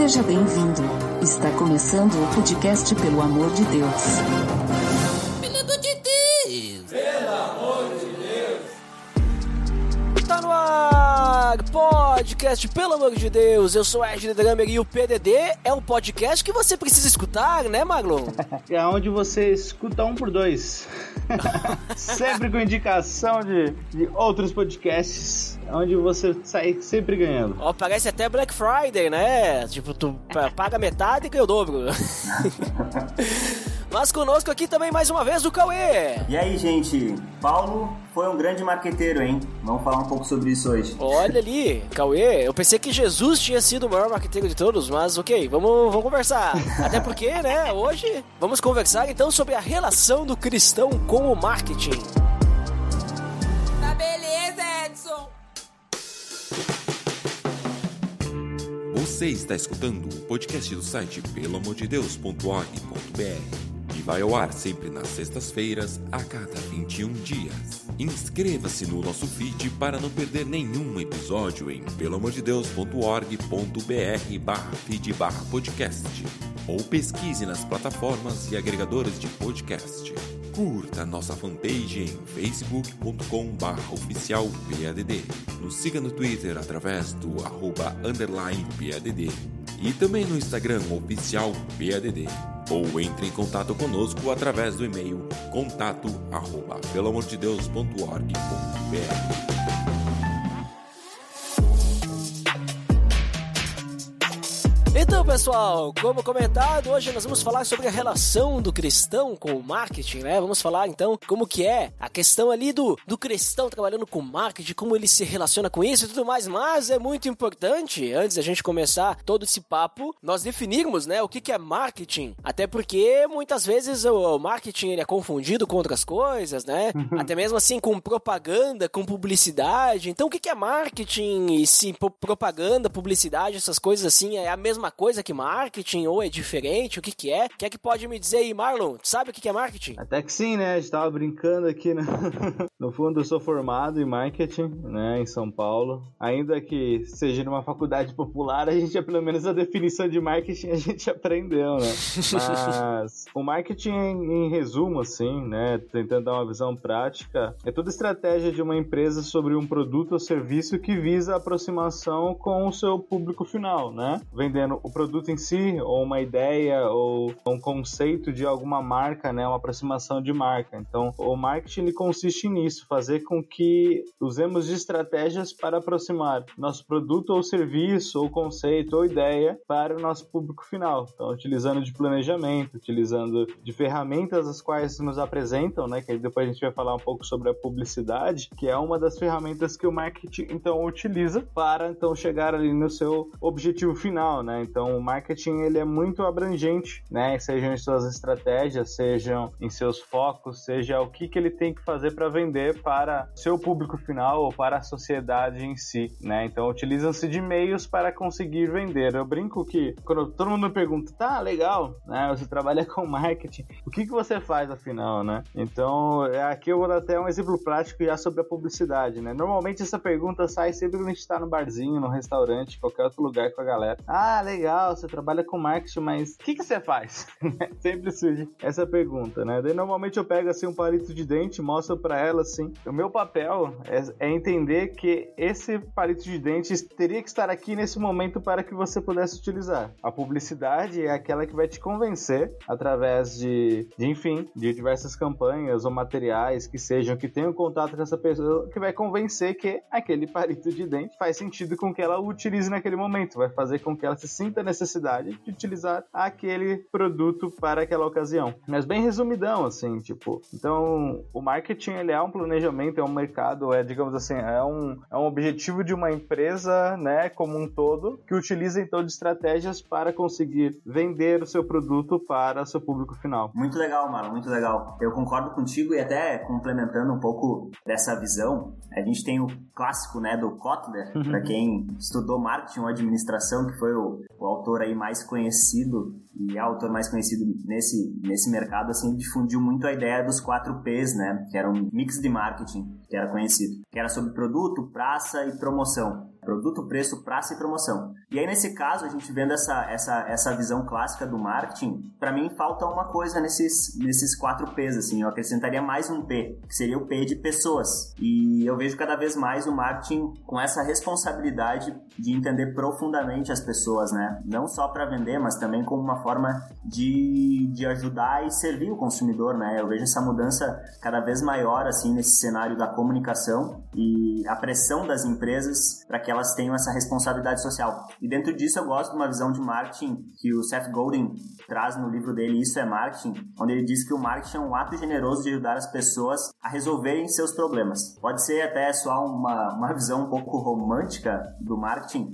Seja bem-vindo. Está começando o podcast Pelo Amor de Deus. Pelo amor de Deus! Pelo amor de Deus! Tá no ar! Podcast Pelo Amor de Deus! Eu sou o Ed Drummer e o PDD é o podcast que você precisa escutar, né, Marlon? É onde você escuta um por dois. Sempre com indicação de outros podcasts, onde você sai sempre ganhando. Ó, parece até Black Friday, né? Tipo, tu paga metade e ganha o dobro. Mas conosco aqui também mais uma vez o Cauê. E aí, gente? Paulo foi um grande marqueteiro, hein? Vamos falar um pouco sobre isso hoje. Olha ali, Cauê, eu pensei que Jesus tinha sido o maior marqueteiro de todos, mas ok, vamos conversar. Até porque, né, hoje vamos conversar então sobre a relação do cristão com o marketing. Tá beleza, Edson. Você está escutando o podcast do site peloamordedeus.org.br e vai ao ar sempre nas sextas-feiras, a cada 21 dias. Inscreva-se no nosso feed para não perder nenhum episódio em peloamordedeus.org.br/feed/podcast ou pesquise nas plataformas e agregadores de podcast. Curta nossa fanpage em facebook.com/oficialpadd. Nos siga no Twitter através do @_PADD e também no Instagram oficialpadd. Ou entre em contato conosco através do e-mail contato@peloamordedeus.org.br. Então, pessoal, como comentado, hoje nós vamos falar sobre a relação do cristão com o marketing, né? Vamos falar, então, como que é a questão ali do cristão trabalhando com marketing, como ele se relaciona com isso e tudo mais, mas é muito importante, antes da gente começar todo esse papo, nós definirmos, né, o que é marketing, até porque muitas vezes o marketing ele é confundido com outras coisas, né? Até mesmo assim com propaganda, com publicidade. Então, o que é marketing e se propaganda, publicidade, essas coisas assim, é a mesma coisa que marketing ou é diferente? O que é? Quem é que pode me dizer aí, Marlon? Sabe o que é marketing? Até que sim, né? A gente tava brincando aqui, né? No fundo, eu sou formado em marketing, né? Em São Paulo. Ainda que seja numa faculdade popular, a gente, pelo menos a definição de marketing a gente aprendeu, né? Mas o marketing, em resumo, assim, né? Tentando dar uma visão prática, é toda estratégia de uma empresa sobre um produto ou serviço que visa a aproximação com o seu público final, né? Vendendo o produto em si, ou uma ideia, ou um conceito de alguma marca, né? Uma aproximação de marca. Então, o marketing ele consiste nisso, fazer com que usemos de estratégias para aproximar nosso produto ou serviço, ou conceito, ou ideia para o nosso público final. Então, utilizando de planejamento, utilizando de ferramentas as quais nos apresentam, né? Que aí depois a gente vai falar um pouco sobre a publicidade, que é uma das ferramentas que o marketing, então, utiliza para, então, chegar ali no seu objetivo final, né? Então, o marketing ele é muito abrangente, né? Sejam em suas estratégias, sejam em seus focos, seja o que ele tem que fazer para vender para seu público final ou para a sociedade em si, né? Então, utilizam-se de meios para conseguir vender. Eu brinco que quando todo mundo me pergunta, tá, legal, né? Você trabalha com marketing, o que você faz afinal, né? Então, aqui eu vou dar até um exemplo prático já sobre a publicidade, né? Normalmente essa pergunta sai sempre quando a gente está no barzinho, no restaurante, qualquer outro lugar com a galera. Ah, legal, você trabalha com marketing, mas o que você faz? Sempre surge essa pergunta, né? Daí normalmente eu pego assim um palito de dente, mostro pra ela assim, o meu papel é entender que esse palito de dente teria que estar aqui nesse momento para que você pudesse utilizar. A publicidade é aquela que vai te convencer através enfim, de diversas campanhas ou materiais que sejam, que tenham contato com essa pessoa, que vai convencer que aquele palito de dente faz sentido com que ela o utilize naquele momento, vai fazer com que ela se sinta a necessidade de utilizar aquele produto para aquela ocasião. Mas bem resumidão, assim, tipo, então o marketing ele é um planejamento, é um mercado, digamos assim, é um objetivo de uma empresa, né, como um todo, que utiliza então de estratégias para conseguir vender o seu produto para seu público final. Muito legal, Marlon, muito legal. Eu concordo contigo e até complementando um pouco dessa visão, a gente tem o clássico, né, do Kotler, para quem estudou marketing ou administração, que foi o autor aí mais conhecido e é o autor mais conhecido nesse mercado, assim, difundiu muito a ideia dos 4 Ps, né, que era um mix de marketing, que era conhecido, que era sobre produto, praça e promoção. Produto, preço, praça e promoção. E aí, nesse caso, a gente vendo essa visão clássica do marketing, para mim falta uma coisa nesses 4 P's, assim. Eu acrescentaria mais um P, que seria o P de pessoas. E eu vejo cada vez mais o marketing com essa responsabilidade de entender profundamente as pessoas, né? Não só para vender, mas também como uma forma de ajudar e servir o consumidor, né? Eu vejo essa mudança cada vez maior, assim, nesse cenário da comunicação e a pressão das empresas para que elas tenham essa responsabilidade social. E dentro disso eu gosto de uma visão de marketing que o Seth Godin traz no livro dele, Isso é Marketing, onde ele diz que o marketing é um ato generoso de ajudar as pessoas a resolverem seus problemas. Pode ser até só uma visão um pouco romântica do marketing,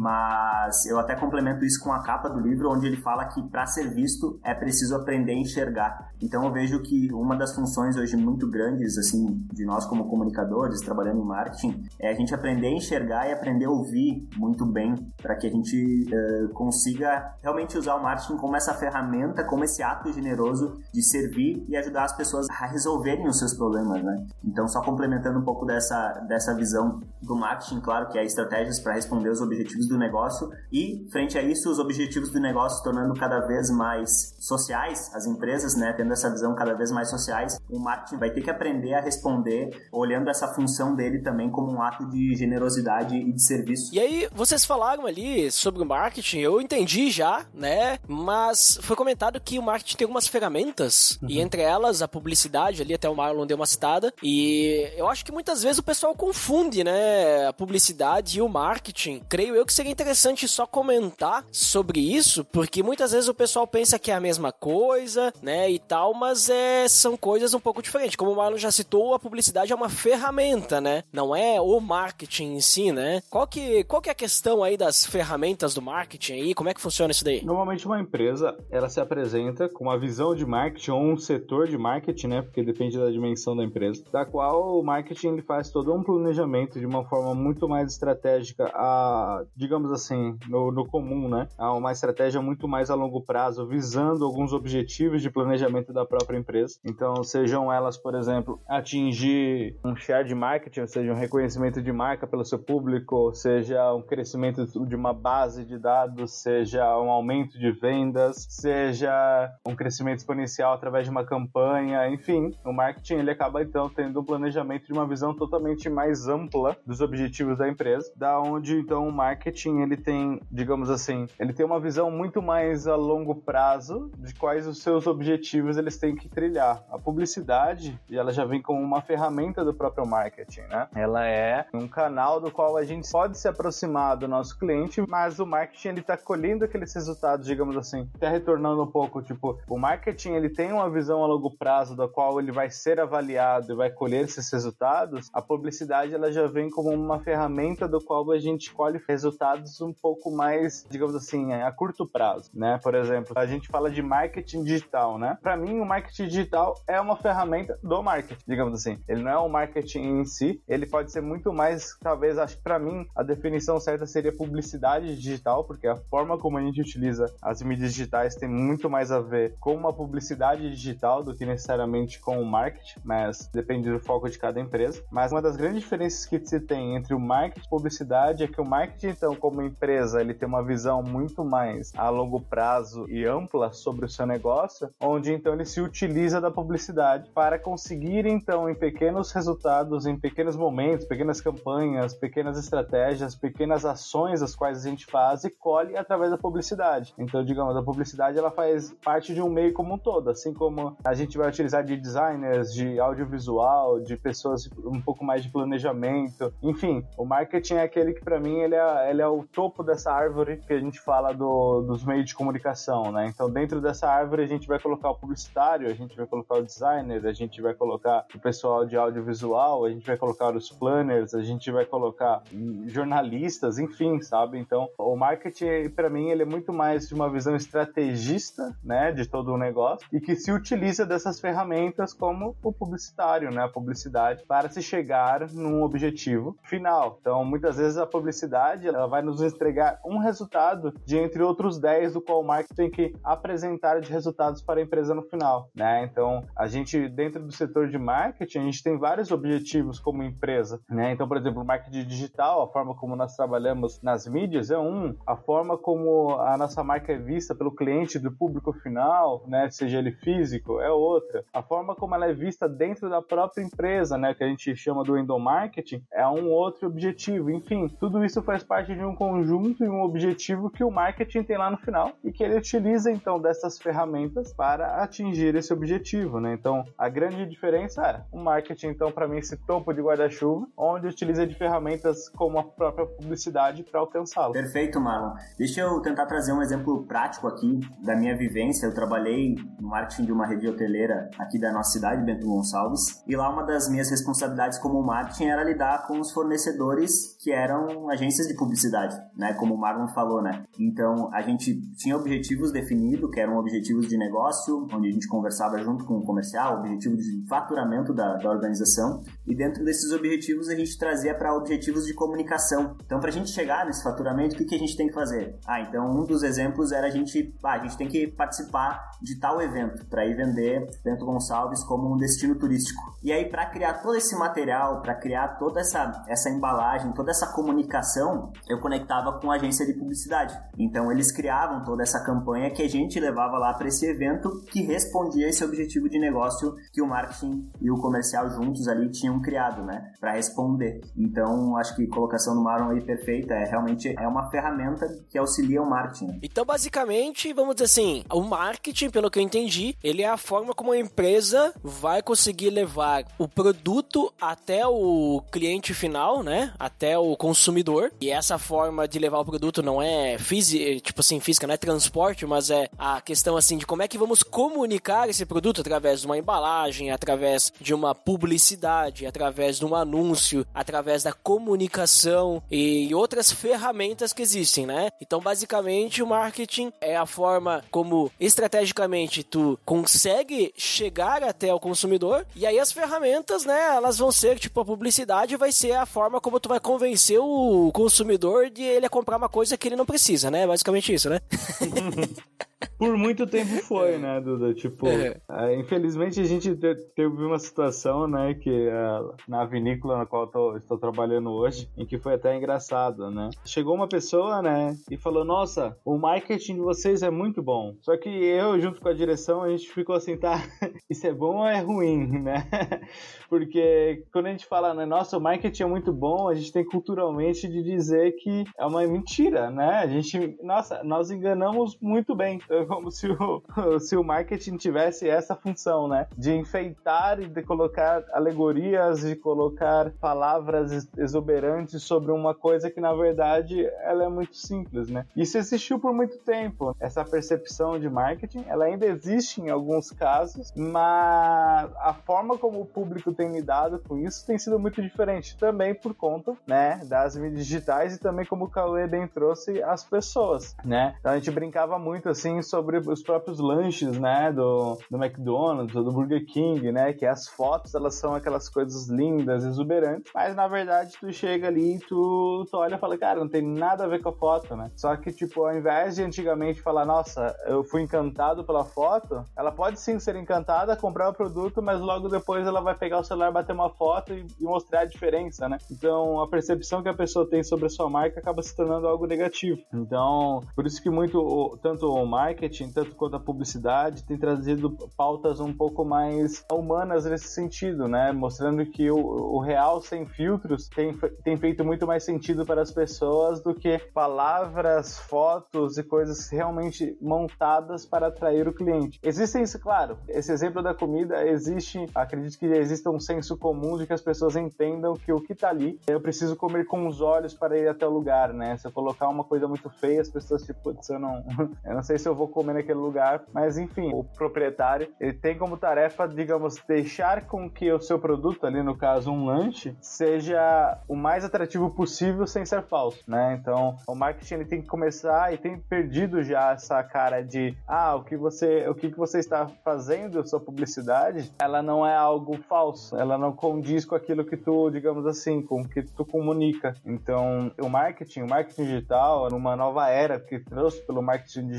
mas eu até complemento isso com a capa do livro, onde ele fala que para ser visto é preciso aprender a enxergar. Então eu vejo que uma das funções hoje muito grandes, assim, de nós como comunicadores, trabalhando em marketing, é a gente aprender a enxergar e aprender a ouvir muito bem, para que a gente consiga realmente usar o marketing como essa ferramenta, como esse ato generoso de servir e ajudar as pessoas a resolverem os seus problemas, né? Então, só complementando um pouco dessa visão do marketing, claro que é estratégias para responder os objetivos do negócio e, frente a isso, os objetivos do negócio se tornando cada vez mais sociais, as empresas, né, tendo essa visão cada vez mais sociais, o marketing vai ter que aprender a responder olhando essa função dele também como um ato de generosidade e de serviço. E aí, vocês falaram ali sobre o marketing, eu entendi já, né, mas foi comentado que o marketing tem algumas ferramentas, e entre elas a publicidade, ali até o Marlon deu uma citada, e eu acho que muitas vezes o pessoal confunde, né, a publicidade e o marketing. Creio eu que seria interessante só comentar sobre isso, porque muitas vezes o pessoal pensa que é a mesma coisa, né, e tal, mas são coisas um pouco diferentes. Como o Marlon já citou, a publicidade é uma ferramenta, né, não é o marketing em si, né. Qual que é a questão aí das ferramentas do marketing aí? Como é que funciona isso daí? Normalmente uma empresa, ela se apresenta com uma visão de marketing ou um setor de marketing, né, porque depende da dimensão da empresa, da qual o marketing ele faz todo um planejamento de uma forma muito mais estratégica, digamos assim, no comum, né, uma estratégia muito mais a longo prazo, visando alguns objetivos de planejamento da própria empresa. Então, sejam elas, por exemplo, atingir um share de marketing, ou seja, um reconhecimento de marca pelo seu público, seja um crescimento de uma base de dados, seja um aumento de vendas, seja um crescimento exponencial através de uma campanha, enfim, o marketing ele acaba então tendo um planejamento de uma visão totalmente mais ampla dos objetivos da empresa, da onde então o marketing ele tem, digamos assim, ele tem uma visão muito mais a longo prazo de quais os seus objetivos eles têm que trilhar. A publicidade, ela já vem como uma ferramenta do próprio marketing, né? Ela é um canal do qual a gente pode se aproximar do nosso cliente, mas o marketing ele tá colhendo aqueles resultados, digamos assim, até retornando um pouco, tipo, o marketing ele tem uma visão a longo prazo da qual ele vai ser avaliado e vai colher esses resultados. A publicidade ela já vem como uma ferramenta do qual a gente colhe resultados um pouco mais, digamos assim, a curto prazo, né? Por exemplo, a gente fala de marketing digital, né? Para mim, o marketing digital é uma ferramenta do marketing, digamos assim. Ele não é o marketing em si, ele pode ser muito mais, talvez, acho que para mim, a definição certa seria publicidade digital, porque a forma como a gente utiliza as mídias digitais tem muito mais a ver com uma publicidade digital do que necessariamente com o marketing, mas depende do foco de cada empresa. Mas uma das grandes diferenças que se tem entre o marketing e a publicidade é que o marketing, então, como empresa, ele tem uma visão muito mais a longo prazo e ampla sobre o seu negócio, onde, então, ele se utiliza da publicidade para conseguir, então, em pequenos resultados, em pequenos momentos, pequenas campanhas, pequenas estratégias, pequenas ações as quais a gente faz e colhe através da publicidade. Então, digamos, a publicidade, ela faz parte de um meio como um todo, assim como a gente vai utilizar de designers, de audiovisual, de pessoas um pouco mais de planejamento, enfim, o marketing é aquele que para mim ele é o topo dessa árvore que a gente fala dos meios de comunicação, né? Então dentro dessa árvore a gente vai colocar o publicitário, a gente vai colocar o designer, a gente vai colocar o pessoal de audiovisual, a gente vai colocar os planners, a gente vai colocar jornalistas, enfim, sabe? Então o marketing para mim ele é muito mais de uma visão estrategista, né, de todo o negócio e que se utiliza dessas ferramentas como o publicitário, né, a publicidade para se chegar num objetivo final. Então muitas vezes a publicidade ela vai nos entregar um resultado de entre outros 10 do qual o marketing tem que apresentar de resultados para a empresa no final, né? Então a gente dentro do setor de marketing a gente tem vários objetivos como empresa, né? Então por exemplo o marketing digital, a forma como nós trabalhamos nas mídias é a forma como a nossa marca é vista pelo cliente do público final, né, seja ele físico, é outra. A forma como ela é vista dentro da própria empresa, né, que a gente chama do endomarketing, é um outro objetivo. Enfim, tudo isso faz parte de um conjunto e um objetivo que o marketing tem lá no final e que ele utiliza, então, dessas ferramentas para atingir esse objetivo, né? Então, a grande diferença é o marketing, então, para mim, esse topo de guarda-chuva, onde utiliza de ferramentas como a própria publicidade para alcançá-lo. Perfeito, Marlon. Deixa eu tentar trazer um exemplo prático aqui da minha vivência. Eu trabalhei no marketing de uma rede hoteleira aqui da nossa cidade, Bento Gonçalves, e lá uma das minhas responsabilidades como marketing era lidar com os fornecedores que eram agências de publicidade, né? Como o Marlon falou, né? Então, a gente tinha objetivos definidos, que eram objetivos de negócio, onde a gente conversava junto com o comercial, objetivo de faturamento da organização, e dentro desses objetivos a gente trazia para objetivos de comunicação. Então, para a gente chegar nesse faturamento, o que a gente tem que fazer? Então, um dos exemplos era a gente tem que participar de tal evento, para ir vender Bento Gonçalves como um destino turístico. E aí, para criar todo esse material, para criar toda essa embalagem, toda essa comunicação, eu conectava com a agência de publicidade. Então, eles criavam toda essa campanha que a gente levava lá para esse evento que respondia a esse objetivo de negócio que o marketing e o comercial juntos ali tinham criado, né? Para responder. Então, acho que a colocação do Marlon aí perfeita, realmente é uma ferramenta que auxilia o marketing. Então, basicamente, vamos dizer assim, o marketing, pelo que eu entendi, ele é a forma como a empresa vai conseguir levar o produto até o cliente final, né? Até o consumidor. E essa forma de levar o produto não é física, não é transporte, mas é a questão assim de como é que vamos comunicar esse produto através de uma embalagem, através de uma publicidade, através de um anúncio, através da comunicação e outras ferramentas que existem, né? Então, basicamente, o marketing é a forma como estrategicamente tu consegue chegar até o consumidor, e aí as ferramentas, né, elas vão ser, tipo, a publicidade vai ser a forma como tu vai convencer o consumidor de ele a comprar uma coisa que ele não precisa, né? Basicamente isso, né? Por muito tempo foi, né, Duda? Tipo, infelizmente a gente teve uma situação, né, que na vinícola na qual eu estou trabalhando hoje, em que foi até engraçado, né? Chegou uma pessoa, né, e falou, nossa, o marketing de vocês é muito bom. Só que eu, junto com a direção, a gente ficou assim, tá, isso é bom ou é ruim, né? Porque quando a gente fala, né, nossa, o marketing é muito bom, a gente tem culturalmente de dizer que é uma mentira, né? Nós enganamos muito bem. É como se o marketing tivesse essa função, né? De enfeitar e de colocar alegorias, de colocar palavras exuberantes sobre uma coisa que, na verdade, ela é muito simples, né? Isso existiu por muito tempo. Essa percepção de marketing, ela ainda existe em alguns casos, mas a forma como o público tem lidado com isso tem sido muito diferente, também por conta, né, das mídias digitais e também, como o Cauê bem trouxe, as pessoas, né? Então a gente brincava muito, assim, sobre os próprios lanches, né, do McDonald's ou do Burger King, né, que as fotos, elas são aquelas coisas lindas, exuberantes, mas na verdade tu chega ali e tu olha e fala, cara, não tem nada a ver com a foto, né? Só que, tipo, ao invés de antigamente falar, nossa, eu fui encantado pela foto, ela pode sim ser encantada, comprar o produto, mas logo depois ela vai pegar o celular, bater uma foto e mostrar a diferença, né? Então, a percepção que a pessoa tem sobre a sua marca acaba se tornando algo negativo. Então, por isso que tanto o marketing, tanto quanto a publicidade, tem trazido pautas um pouco mais humanas nesse sentido, né? Mostrando que o real sem filtros tem feito muito mais sentido para as pessoas do que palavras, fotos e coisas realmente montadas para atrair o cliente. Existem, claro, esse exemplo da comida existe, acredito que exista um senso comum de que as pessoas entendam que o que tá ali, eu preciso comer com os olhos para ir até o lugar, né? Se eu colocar uma coisa muito feia, as pessoas, tipo, putz, eu não sei se eu vou comer naquele lugar, mas enfim, o proprietário, ele tem como tarefa, digamos, deixar com que o seu produto, ali no caso um lanche, seja o mais atrativo possível sem ser falso, né? Então, o marketing, ele tem que começar e tem perdido já essa cara de, o que você está fazendo, sua publicidade, ela não é algo falso, ela não condiz com aquilo que tu, digamos assim, com o que tu comunica. Então, o marketing digital, numa nova era que trouxe pelo marketing digital,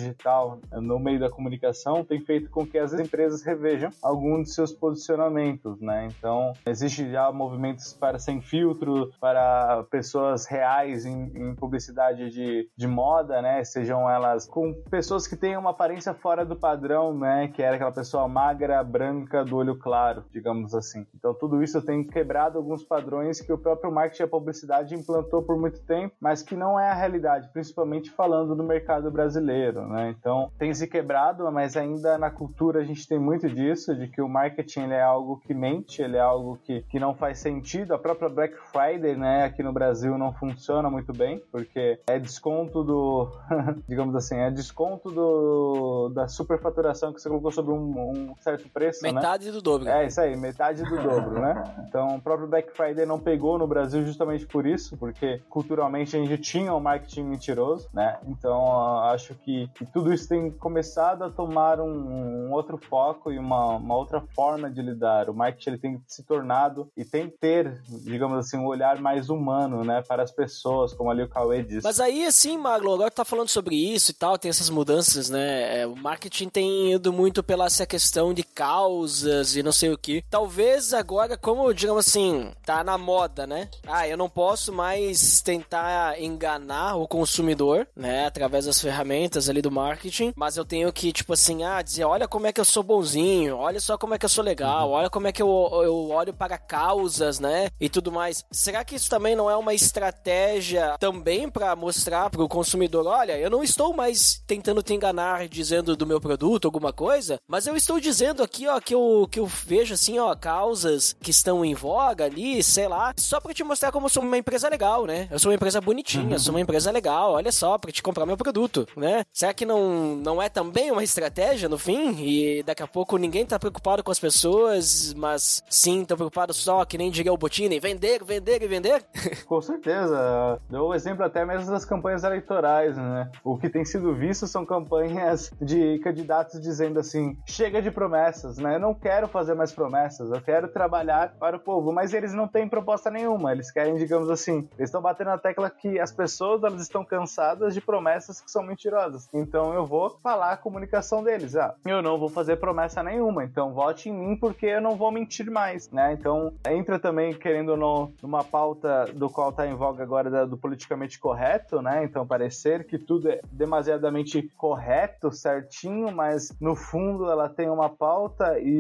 social no meio da comunicação tem feito com que as empresas revejam alguns de seus posicionamentos, né? Então, existe já movimentos para sem filtro, para pessoas reais em publicidade de moda, né? Sejam elas com pessoas que têm uma aparência fora do padrão, né? Que era aquela pessoa magra, branca, do olho claro, digamos assim. Então, tudo isso tem quebrado alguns padrões que o próprio marketing e a publicidade implantou por muito tempo, mas que não é a realidade, principalmente falando do mercado brasileiro, né? Então, tem se quebrado, mas ainda na cultura a gente tem muito disso, de que o marketing ele é algo que mente, ele é algo que não faz sentido. A própria Black Friday, né, aqui no Brasil não funciona muito bem, porque é desconto do, digamos assim, é desconto da superfaturação que você colocou sobre um certo preço, metade, né? Do dobro. É, isso aí, metade do dobro, né? Então, o próprio Black Friday não pegou no Brasil justamente por isso, porque culturalmente a gente tinha um marketing mentiroso, né? Então, acho que tudo isso tem começado a tomar um outro foco e uma outra forma de lidar. O marketing ele tem se tornado e tem que ter, digamos assim, um olhar mais humano, né, para as pessoas, como ali o Cauê disse. Mas aí, assim, Magno, agora que tá falando sobre isso e tal, tem essas mudanças, né? O marketing tem ido muito pela essa questão de causas e não sei o que. Talvez agora, como, digamos assim, tá na moda, né? Eu não posso mais tentar enganar o consumidor, né, através das ferramentas ali do marketing, mas eu tenho que, tipo assim, dizer, olha como é que eu sou bonzinho, olha só como é que eu sou legal, olha como é que eu olho para causas, né, e tudo mais. Será que isso também não é uma estratégia também para mostrar para o consumidor, olha, eu não estou mais tentando te enganar dizendo do meu produto, alguma coisa, mas eu estou dizendo aqui, ó, que eu vejo assim, ó, causas que estão em voga ali, sei lá, só para te mostrar como eu sou uma empresa legal, né? Eu sou uma empresa bonitinha, sou uma empresa legal, olha só, para te comprar meu produto, né? Será que não é também uma estratégia no fim? E daqui a pouco ninguém tá preocupado com as pessoas, mas sim, tá preocupado só, que nem diria o Botini, vender, vender e vender? Com certeza. Deu o exemplo até mesmo das campanhas eleitorais, né? O que tem sido visto são campanhas de candidatos dizendo assim, chega de promessas, né? Eu não quero fazer mais promessas, eu quero trabalhar para o povo, mas eles não têm proposta nenhuma, eles querem, digamos assim, eles estão batendo na tecla que as pessoas, elas estão cansadas de promessas que são mentirosas, então eu vou falar a comunicação deles, eu não vou fazer promessa nenhuma, então vote em mim porque eu não vou mentir mais, né? Então entra também, querendo ou não, numa pauta do qual está em voga agora do politicamente correto, né? Então parecer que tudo é demasiadamente correto, certinho, mas no fundo ela tem uma pauta e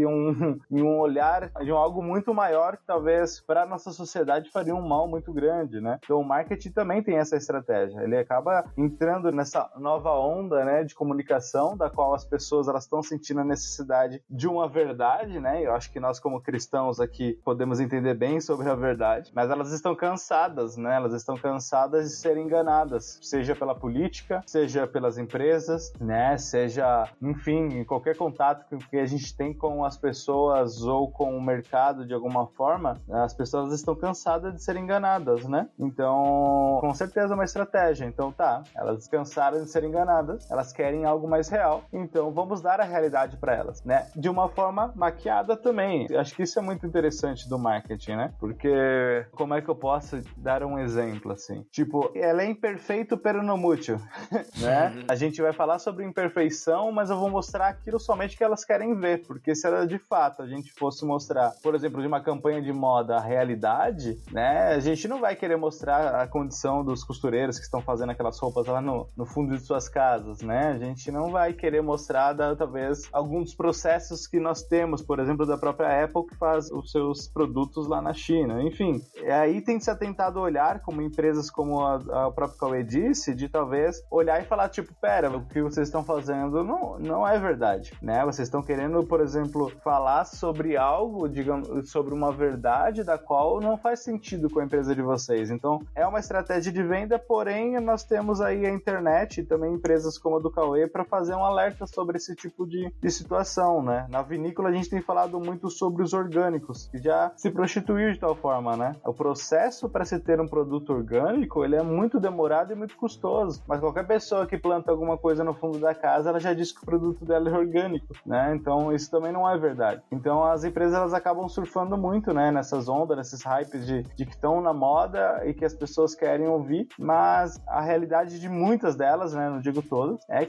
um olhar de algo muito maior que talvez para a nossa sociedade faria um mal muito grande, né? Então o marketing também tem essa estratégia, ele acaba entrando nessa nova onda, né, de comunicação, da qual as pessoas elas estão sentindo a necessidade de uma verdade, né? Eu acho que nós como cristãos aqui podemos entender bem sobre a verdade, mas elas estão cansadas, né? Elas estão cansadas de serem enganadas, seja pela política, seja pelas empresas, né? Seja, enfim, em qualquer contato que a gente tem com as pessoas ou com o mercado de alguma forma, as pessoas estão cansadas de serem enganadas, né? Então, com certeza é uma estratégia. Então, elas cansaram de serem enganadas, elas querem algo mais real, então vamos dar a realidade para elas, né? De uma forma maquiada também. Acho que isso é muito interessante do marketing, né? Porque, como é que eu posso dar um exemplo, assim? Tipo, ela é imperfeito, pero no mucho, né? A gente vai falar sobre imperfeição, mas eu vou mostrar aquilo somente que elas querem ver, porque se ela de fato a gente fosse mostrar, por exemplo, de uma campanha de moda a realidade, né? A gente não vai querer mostrar a condição dos costureiros que estão fazendo aquelas roupas lá no fundo de suas casas, né? A gente não vai querer mostrar, talvez, alguns processos que nós temos, por exemplo, da própria Apple, que faz os seus produtos lá na China. Enfim, aí tem que se atentado a olhar, como empresas como a própria Cauê disse, de talvez olhar e falar, tipo, pera, o que vocês estão fazendo não é verdade, né? Vocês estão querendo, por exemplo, falar sobre algo, digamos, sobre uma verdade da qual não faz sentido com a empresa de vocês. Então, é uma estratégia de venda, porém, nós temos aí a internet e também empresas como a do Cauê para fazer um alerta sobre esse tipo de situação, né? Na vinícola a gente tem falado muito sobre os orgânicos, que já se prostituiu de tal forma, né? O processo para se ter um produto orgânico, ele é muito demorado e muito custoso, mas qualquer pessoa que planta alguma coisa no fundo da casa, ela já diz que o produto dela é orgânico, né? Então, isso também não é verdade. Então, as empresas, elas acabam surfando muito, né? Nessas ondas, nesses hypes de que estão na moda e que as pessoas querem ouvir, mas a realidade de muitas delas, né? Não digo todas, é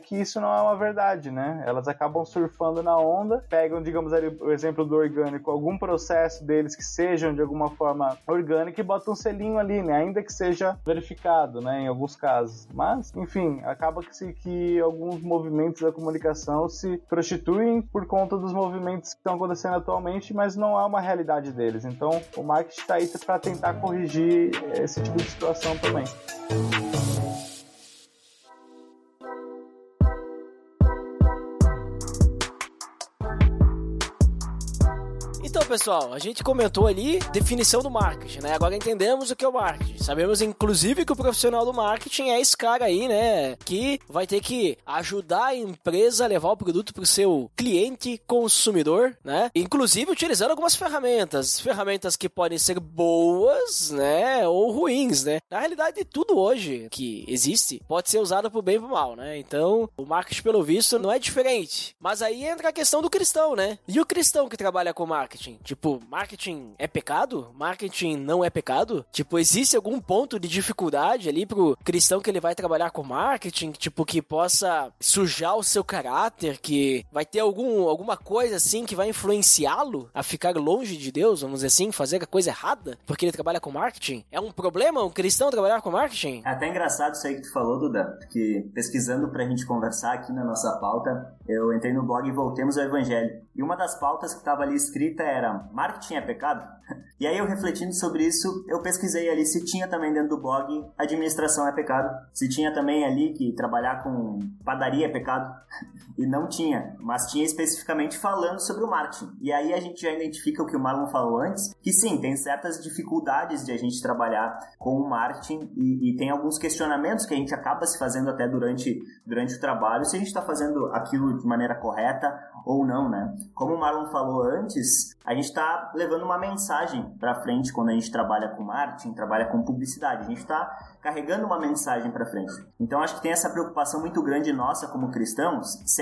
que isso não é uma verdade, né? Elas acabam surfando na onda, pegam, digamos ali, o exemplo do orgânico, algum processo deles que sejam de alguma forma orgânico e botam um selinho ali, né? Ainda que seja verificado, né? Em alguns casos. Mas, enfim, acaba que alguns movimentos da comunicação se prostituem por conta dos movimentos que estão acontecendo atualmente, mas não é uma realidade deles. Então, o marketing está aí para tentar corrigir esse tipo de situação também. Então, pessoal, a gente comentou ali definição do marketing, né? Agora entendemos o que é o marketing. Sabemos, inclusive, que o profissional do marketing é esse cara aí, né? Que vai ter que ajudar a empresa a levar o produto para o seu cliente consumidor, né? Inclusive, utilizando algumas ferramentas que podem ser boas, né? Ou ruins, né? Na realidade, tudo hoje que existe pode ser usado pro bem e pro mal, né? Então, o marketing, pelo visto, não é diferente. Mas aí entra a questão do cristão, né? E o cristão que trabalha com marketing? Tipo, marketing é pecado? Marketing não é pecado? Tipo, existe algum ponto de dificuldade ali pro cristão que ele vai trabalhar com marketing? Tipo, que possa sujar o seu caráter? Que vai ter alguma coisa assim que vai influenciá-lo a ficar longe de Deus, vamos dizer assim, fazer a coisa errada? Porque ele trabalha com marketing? É um problema um cristão trabalhar com marketing? É até engraçado isso aí que tu falou, Duda, porque pesquisando pra gente conversar aqui na nossa pauta, eu entrei no blog Voltemos ao Evangelho. E uma das pautas que estava ali escrita era: marketing é pecado? E aí eu refletindo sobre isso, eu pesquisei ali se tinha também dentro do blog administração é pecado, se tinha também ali que trabalhar com padaria é pecado. E não tinha, mas tinha especificamente falando sobre o marketing. E aí a gente já identifica o que o Marlon falou antes, que sim, tem certas dificuldades de a gente trabalhar com o marketing e tem alguns questionamentos que a gente acaba se fazendo até durante o trabalho, se a gente está fazendo aquilo de maneira correta ou não, né? Como o Marlon falou antes, a gente está levando uma mensagem para frente quando a gente trabalha com marketing, trabalha com publicidade. A gente está carregando uma mensagem para frente. Então, acho que tem essa preocupação muito grande nossa como cristãos, se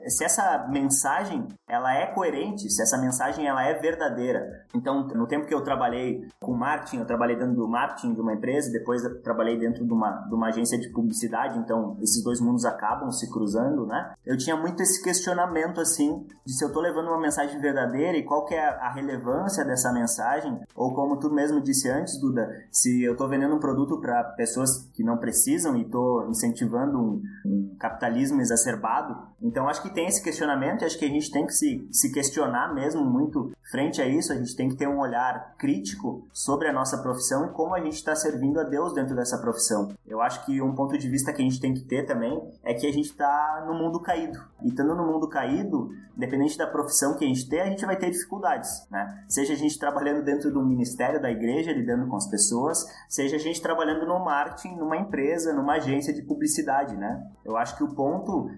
essa mensagem ela é coerente, se essa mensagem ela é verdadeira. Então, no tempo que eu trabalhei com marketing, eu trabalhei dentro do marketing de uma empresa, depois eu trabalhei dentro de uma agência de publicidade, então esses dois mundos acabam se cruzando, né? Eu tinha muito esse questionamento, assim, de se eu tô levando uma mensagem verdadeira e qual que é a relevância dessa mensagem, ou como tu mesmo disse antes, Duda, se eu tô vendendo um produto para pessoas que não precisam e tô incentivando um capitalismo exacerbado. Então acho que tem esse questionamento e acho que a gente tem que se questionar mesmo muito frente a isso. A gente tem que ter um olhar crítico sobre a nossa profissão e como a gente está servindo a Deus dentro dessa profissão. Eu acho que um ponto de vista que a gente tem que ter também é que a gente está no mundo caído. E estando no mundo caído, independente da profissão que a gente tem, a gente vai ter dificuldades, né? Seja a gente trabalhando dentro do ministério da igreja, lidando com as pessoas, seja a gente trabalhando no marketing, numa empresa, numa agência de publicidade, né? Eu acho que o ponto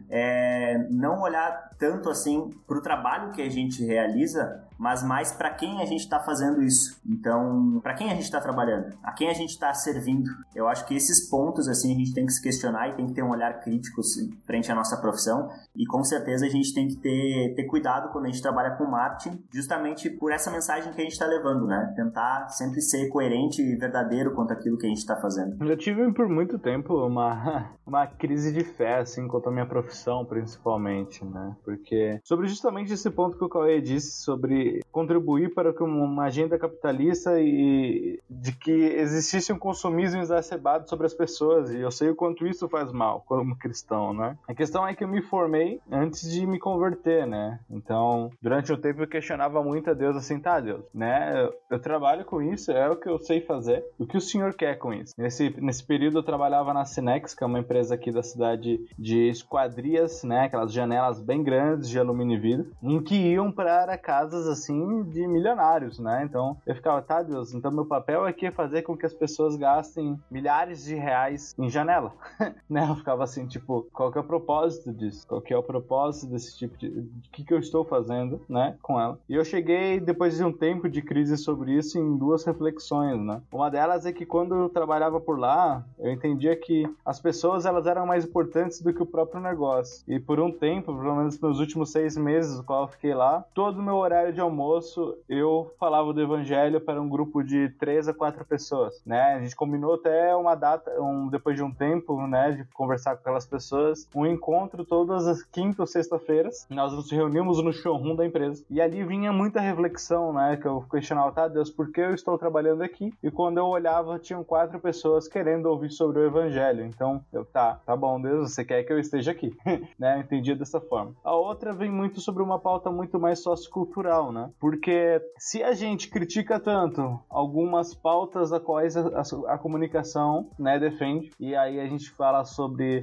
é não olhar tanto assim para o trabalho que a gente realiza, mas mais para quem a gente está fazendo isso. Então, para quem a gente está trabalhando, a quem a gente está servindo. Eu acho que esses pontos assim a gente tem que se questionar e tem que ter um olhar crítico assim, frente à nossa profissão. E com certeza a gente tem que ter cuidado quando a gente trabalha com marketing, justamente por essa mensagem que a gente está levando, né? Tentar sempre ser coerente e verdadeiro quanto àquilo que a gente está fazendo. Eu tive por muito tempo uma crise de fé, assim, quanto à minha profissão, principalmente, né? Porque sobre justamente esse ponto que o Cauê disse sobre contribuir para uma agenda capitalista e de que existisse um consumismo exacerbado sobre as pessoas, e eu sei o quanto isso faz mal como cristão, né? A questão é que eu me formei antes de me converter, né? Então, durante um tempo eu questionava muito a Deus, assim, tá, Deus, né? Eu trabalho com isso, é o que eu sei fazer, o que o Senhor quer com isso? Nesse período eu trabalhava na Cinex, que é uma empresa aqui da cidade de esquadrias, né? Aquelas janelas bem grandes de alumínio e vidro, em que iam para casas, assim, de milionários, né? Então, eu ficava, tá, Deus, então meu papel aqui é fazer com que as pessoas gastem milhares de reais em janela, né? Eu ficava assim, tipo, qual que é o propósito disso? Qual que é o propósito desse tipo de que eu estou fazendo, né, com ela? E eu cheguei, depois de um tempo de crise sobre isso em duas reflexões, né? Uma delas é que quando eu trabalhava por lá, eu entendia que as pessoas, elas eram mais importantes do que o próprio negócio. E por um tempo, pelo menos nos últimos 6 meses, no qual eu fiquei lá, todo o meu horário de almoço, eu falava do evangelho para um grupo de 3 a 4 pessoas, né? A gente combinou até uma data, depois de um tempo, né, de conversar com aquelas pessoas, um encontro todas as quinta ou sexta-feiras. Nós nos reunimos no showroom da empresa. E ali vinha muita reflexão, né, que eu questionava, tá, Deus, por que eu estou trabalhando aqui? E quando eu olhava, tinham 4 pessoas querendo ouvir sobre o evangelho. Então, tá bom, Deus, você quer que eu esteja aqui, né? Entendi dessa forma. A outra vem muito sobre uma pauta muito mais sociocultural, né? Porque se a gente critica tanto algumas pautas a quais a comunicação, né, defende, e aí a gente fala sobre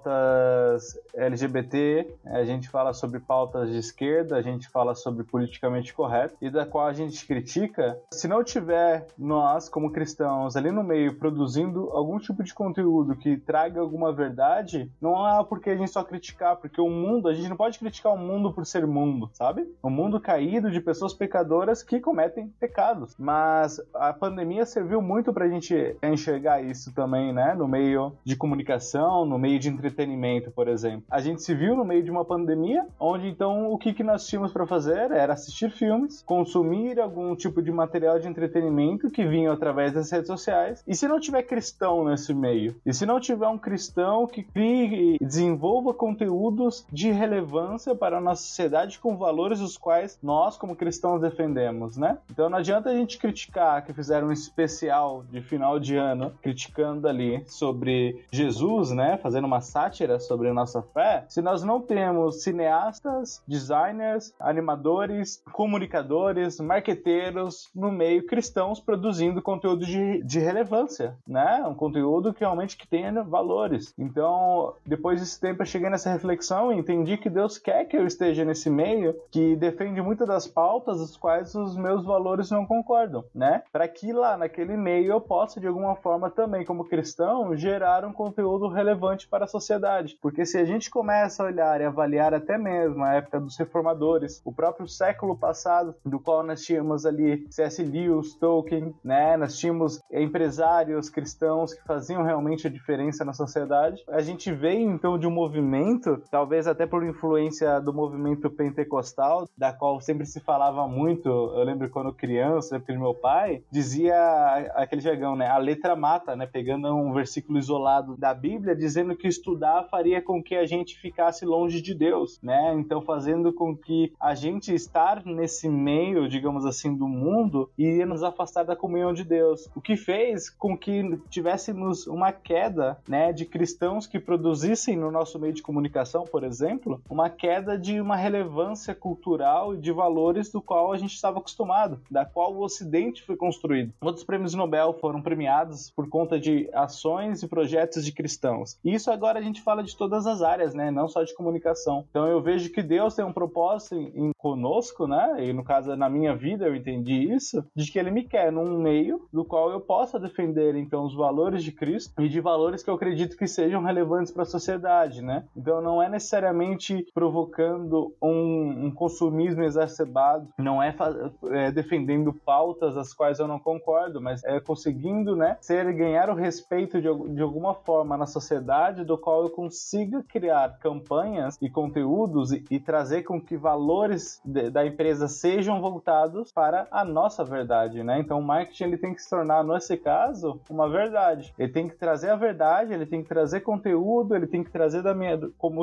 pautas LGBT, a gente fala sobre pautas de esquerda, a gente fala sobre politicamente correto, e da qual a gente critica, se não tiver nós, como cristãos, ali no meio, produzindo algum tipo de conteúdo que traga alguma verdade, não há por que a gente só criticar, porque o mundo, a gente não pode criticar o mundo por ser mundo, sabe? Um mundo caído de pessoas pecadoras que cometem pecados. Mas a pandemia serviu muito pra gente enxergar isso também, né? No meio de comunicação, no meio de entretenimento, por exemplo. A gente se viu no meio de uma pandemia, onde então o que nós tínhamos para fazer era assistir filmes, consumir algum tipo de material de entretenimento que vinha através das redes sociais. E se não tiver cristão nesse meio? E se não tiver um cristão que crie e desenvolva conteúdos de relevância para a nossa sociedade com valores os quais nós, como cristãos, defendemos, né? Então não adianta a gente criticar que fizeram um especial de final de ano criticando ali sobre Jesus, né? Fazendo uma sátira sobre a nossa fé, se nós não temos cineastas, designers, animadores, comunicadores, marqueteiros no meio cristãos produzindo conteúdo de relevância, né? Um conteúdo que realmente que tenha valores. Então, depois desse tempo eu cheguei nessa reflexão e entendi que Deus quer que eu esteja nesse meio que defende muitas das pautas das quais os meus valores não concordam, né? Para que lá naquele meio eu possa de alguma forma também, como cristão, gerar um conteúdo relevante para a sociedade. Porque se a gente começa a olhar e avaliar até mesmo a época dos reformadores, o próprio século passado, do qual nós tínhamos ali C.S. Lewis, Tolkien, né? Nós tínhamos empresários cristãos que faziam realmente a diferença na sociedade. A gente veio então de um movimento, talvez até por influência do movimento pentecostal, da qual sempre se falava muito. Eu lembro quando criança, porque meu pai dizia aquele jargão, né? A letra mata, né? Pegando um versículo isolado da Bíblia, dizendo que estudar faria com que a gente ficasse longe de Deus, né? Então fazendo com que a gente estar nesse meio, digamos assim, do mundo, iria nos afastar da comunhão de Deus. O que fez com que tivéssemos uma queda, né, de cristãos que produzissem no nosso meio de comunicação, por exemplo, uma queda de uma relevância cultural e de valores do qual a gente estava acostumado, da qual o Ocidente foi construído. Outros prêmios Nobel foram premiados por conta de ações e projetos de cristãos. E isso agora a gente fala de todas as áreas, né, não só de comunicação. Então eu vejo que Deus tem um propósito em conosco, né, e no caso na minha vida eu entendi isso, de que Ele me quer num meio do qual eu possa defender então os valores de Cristo e de valores que eu acredito que sejam relevantes para a sociedade, né? Então não é necessariamente provocando um consumismo exacerbado, não é defendendo pautas as quais eu não concordo, mas é conseguindo, né, ganhar o respeito de alguma forma na sociedade, do qual eu consiga criar campanhas e conteúdos e trazer com que valores da empresa sejam voltados para a nossa verdade, né? Então o marketing ele tem que se tornar, nesse caso, uma verdade. Ele tem que trazer a verdade, ele tem que trazer conteúdo, ele tem que trazer como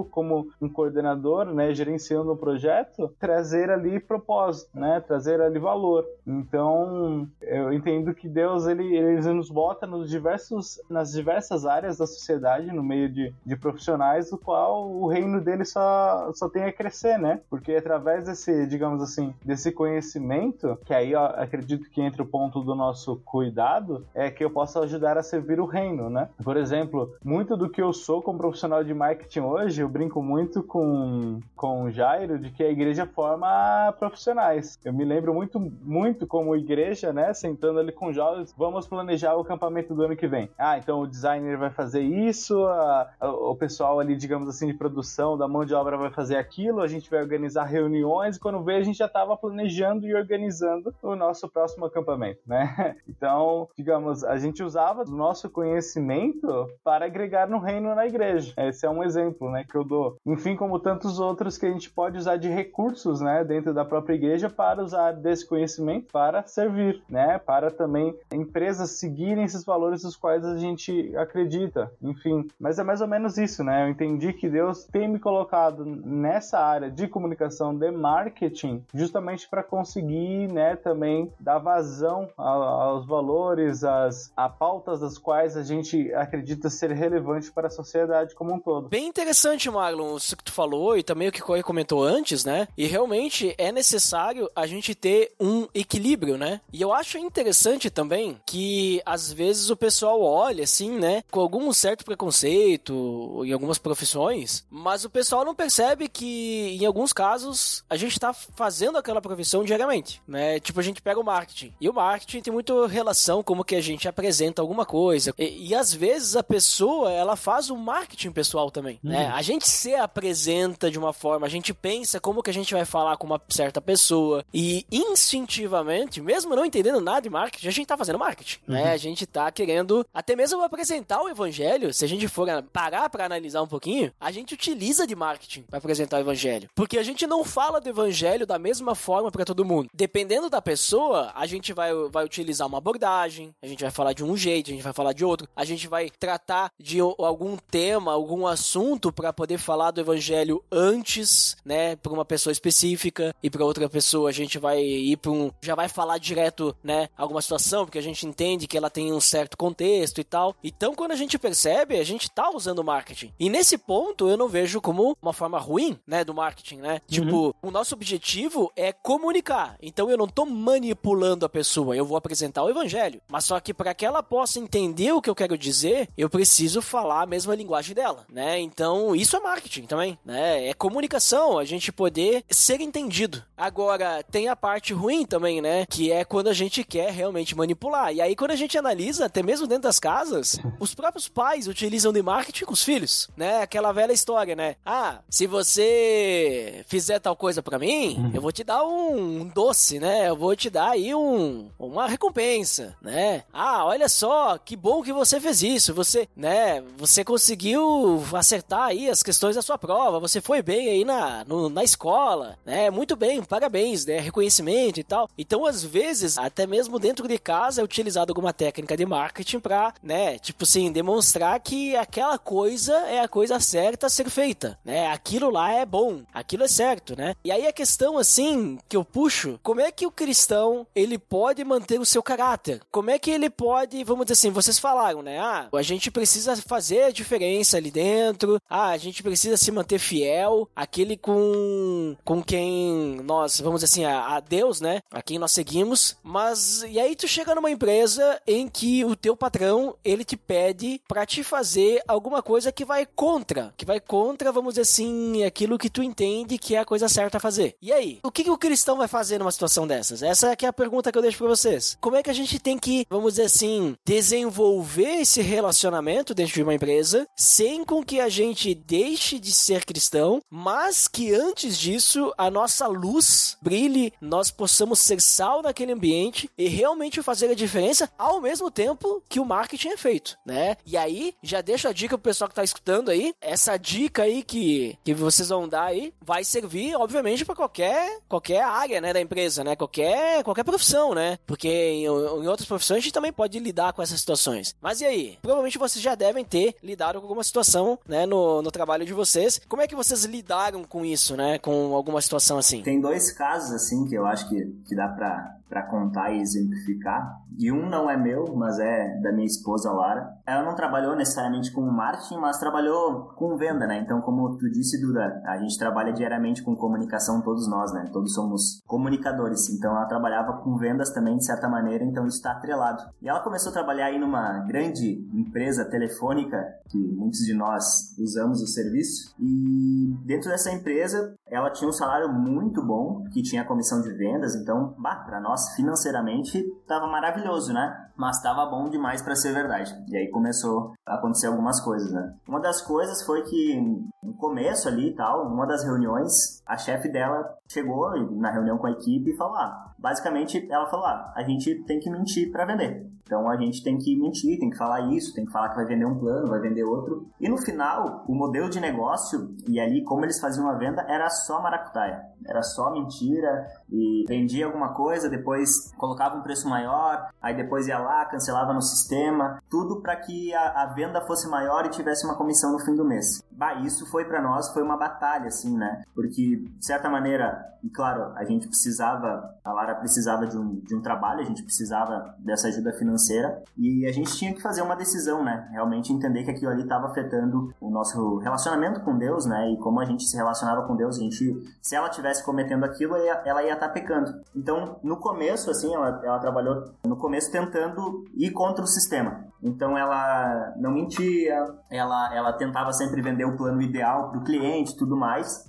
um coordenador, né, gerenciando um projeto, trazer ali propósito, né, trazer ali valor. Então, eu entendo que Deus, ele nos bota nas diversas áreas da sociedade, no meio de profissionais, do qual o reino dele só tem a crescer, né? Porque através desse, digamos assim, desse conhecimento, que aí eu acredito que entra o ponto do nosso cuidado, é que eu possa ajudar a servir o reino, né? Por exemplo, muito do que eu sou como profissional de marketing hoje, eu brinco muito com o Jairo, verdadeiro de que a igreja forma profissionais. Eu me lembro muito como igreja, né, sentando ali com jovens, vamos planejar o acampamento do ano que vem. Então o designer vai fazer isso, o pessoal ali, digamos assim, de produção, da mão de obra vai fazer aquilo, a gente vai organizar reuniões, e quando vê, a gente já estava planejando e organizando o nosso próximo acampamento, né? Então, digamos, a gente usava o nosso conhecimento para agregar no reino na igreja. Esse é um exemplo, né, que eu dou. Enfim, como tantos outros que a gente pode usar de recursos, né, dentro da própria igreja para usar desse conhecimento para servir, né, para também empresas seguirem esses valores dos quais a gente acredita. Enfim, mas é mais ou menos isso, né? Eu entendi que Deus tem me colocado nessa área de comunicação, de marketing, justamente para conseguir, né, também dar vazão aos valores, a pautas das quais a gente acredita ser relevante para a sociedade como um todo. Bem interessante, Marlon, isso que tu falou e também o que o Corey comentou antes, né? E realmente é necessário a gente ter um equilíbrio, né? E eu acho interessante também que às vezes o pessoal olha assim, né, com algum certo preconceito em algumas profissões, mas o pessoal não percebe que em alguns casos a gente tá fazendo aquela profissão diariamente, né? Tipo, a gente pega o marketing, e o marketing tem muito relação como que a gente apresenta alguma coisa, e às vezes a pessoa, ela faz o marketing pessoal também, né? A gente se apresenta de uma forma, a gente pensa como que a gente vai falar com uma certa pessoa, e instintivamente, mesmo não entendendo nada de marketing, a gente tá fazendo marketing, né? A gente tá querendo até mesmo apresentar o evangelho. Se a gente for parar pra analisar um pouquinho, a gente utiliza de marketing pra apresentar o evangelho, porque a gente não fala do evangelho da mesma forma pra todo mundo. Dependendo da pessoa, a gente vai utilizar uma abordagem, a gente vai falar de um jeito, a gente vai falar de outro, a gente vai tratar de algum tema, algum assunto pra poder falar do evangelho antes, né, pra uma pessoa específica, e pra outra pessoa a gente vai ir já vai falar direto, né, alguma situação, porque a gente entende que ela tem um certo contexto e tal. Então, quando a gente percebe, a gente tá usando marketing. E nesse ponto, eu não vejo como uma forma ruim, né, do marketing, né? Tipo, o nosso objetivo é comunicar. Então, eu não tô manipulando a pessoa, eu vou apresentar o evangelho. Mas só que para que ela possa entender o que eu quero dizer, eu preciso falar a mesma linguagem dela, né? Então, isso é marketing também, né? É comunicação, a gente poder ser entendido. Agora, tem a parte ruim também, né? Que é quando a gente quer realmente manipular. E aí, quando a gente analisa, até mesmo dentro das casas, os próprios pais utilizam de marketing com os filhos, né? Aquela velha história, né? Se você fizer tal coisa pra mim, eu vou te dar um doce, né? Eu vou te dar aí uma recompensa, né? Olha só, que bom que você fez isso. Você, né? Você conseguiu acertar aí as questões da sua prova. Você foi bem aí na escola, né? Muito bem, parabéns, né? Reconhecimento e tal. Então, às vezes, até mesmo dentro de casa é utilizado alguma técnica de marketing pra, né? Tipo assim, demonstrar que aquela coisa é a coisa certa a ser feita, né? Aquilo lá é bom, aquilo é certo, né? E aí a questão, assim, que eu puxo, como é que o cristão, ele pode manter o seu caráter? Como é que ele pode, vamos dizer assim, vocês falaram, né? A gente precisa fazer a diferença ali dentro, a gente precisa se manter fiel, aquele com quem nós, vamos dizer assim, a Deus, né? A quem nós seguimos, mas, e aí tu chega numa empresa em que o teu patrão, ele te pede pra te fazer alguma coisa que vai contra, vamos dizer assim, aquilo que tu entende que é a coisa certa a fazer. E aí? O que o cristão vai fazer numa situação dessas? Essa é que é a pergunta que eu deixo pra vocês. Como é que a gente tem que, vamos dizer assim, desenvolver esse relacionamento dentro de uma empresa, sem com que a gente deixe de ser cristão, mas que antes disso, a nossa luz brilhe, nós possamos ser sal naquele ambiente e realmente fazer a diferença ao mesmo tempo que o marketing é feito, né? E aí, já deixo a dica pro pessoal que tá escutando aí, essa dica aí que vocês vão dar aí, vai servir, obviamente, pra qualquer área, né, da empresa, né? Qualquer profissão, né? Porque em outras profissões a gente também pode lidar com essas situações. Mas e aí? Provavelmente vocês já devem ter lidado com alguma situação, né, no trabalho de vocês. Como é que vocês lidaram com isso, né? Com alguma situação assim? Tem dois casos, assim, que eu acho que dá pra para contar e exemplificar. E um não é meu, mas é da minha esposa Lara. Ela não trabalhou necessariamente com marketing, mas trabalhou com venda, né? Então, como tu disse, Duda, a gente trabalha diariamente com comunicação, todos nós, né? Todos somos comunicadores. Então, ela trabalhava com vendas também, de certa maneira, então isso está atrelado. E ela começou a trabalhar aí numa grande empresa telefônica, que muitos de nós usamos o serviço. E dentro dessa empresa, ela tinha um salário muito bom, que tinha comissão de vendas. Então, para nós, financeiramente, estava maravilhoso, né? Mas estava bom demais para ser verdade. E aí começou a acontecer algumas coisas, né? Uma das coisas foi que, no começo ali e tal, uma das reuniões, a chefe dela chegou na reunião com a equipe e falou, basicamente, ela falou, a gente tem que mentir para vender. Então, a gente tem que mentir, tem que falar isso, tem que falar que vai vender um plano, vai vender outro. E no final, o modelo de negócio, e ali como eles faziam a venda, era só maracutaia. Era só mentira, e vendia alguma coisa, depois colocava um preço maior, aí depois ia lá, cancelava no sistema, tudo para que a venda fosse maior e tivesse uma comissão no fim do mês. Isso foi para nós, foi uma batalha, assim, né? Porque, de certa maneira, e claro, a gente precisava, a Lara precisava de um trabalho, a gente precisava dessa ajuda financeira, e a gente tinha que fazer uma decisão, né? Realmente entender que aquilo ali estava afetando o nosso relacionamento com Deus, né? E como a gente se relacionava com Deus, se ela estivesse cometendo aquilo, ela ia estar pecando. Então, no começo, assim, ela trabalhou no começo tentando ir contra o sistema. Então, ela não mentia, ela tentava sempre vender o plano ideal para o cliente e tudo mais,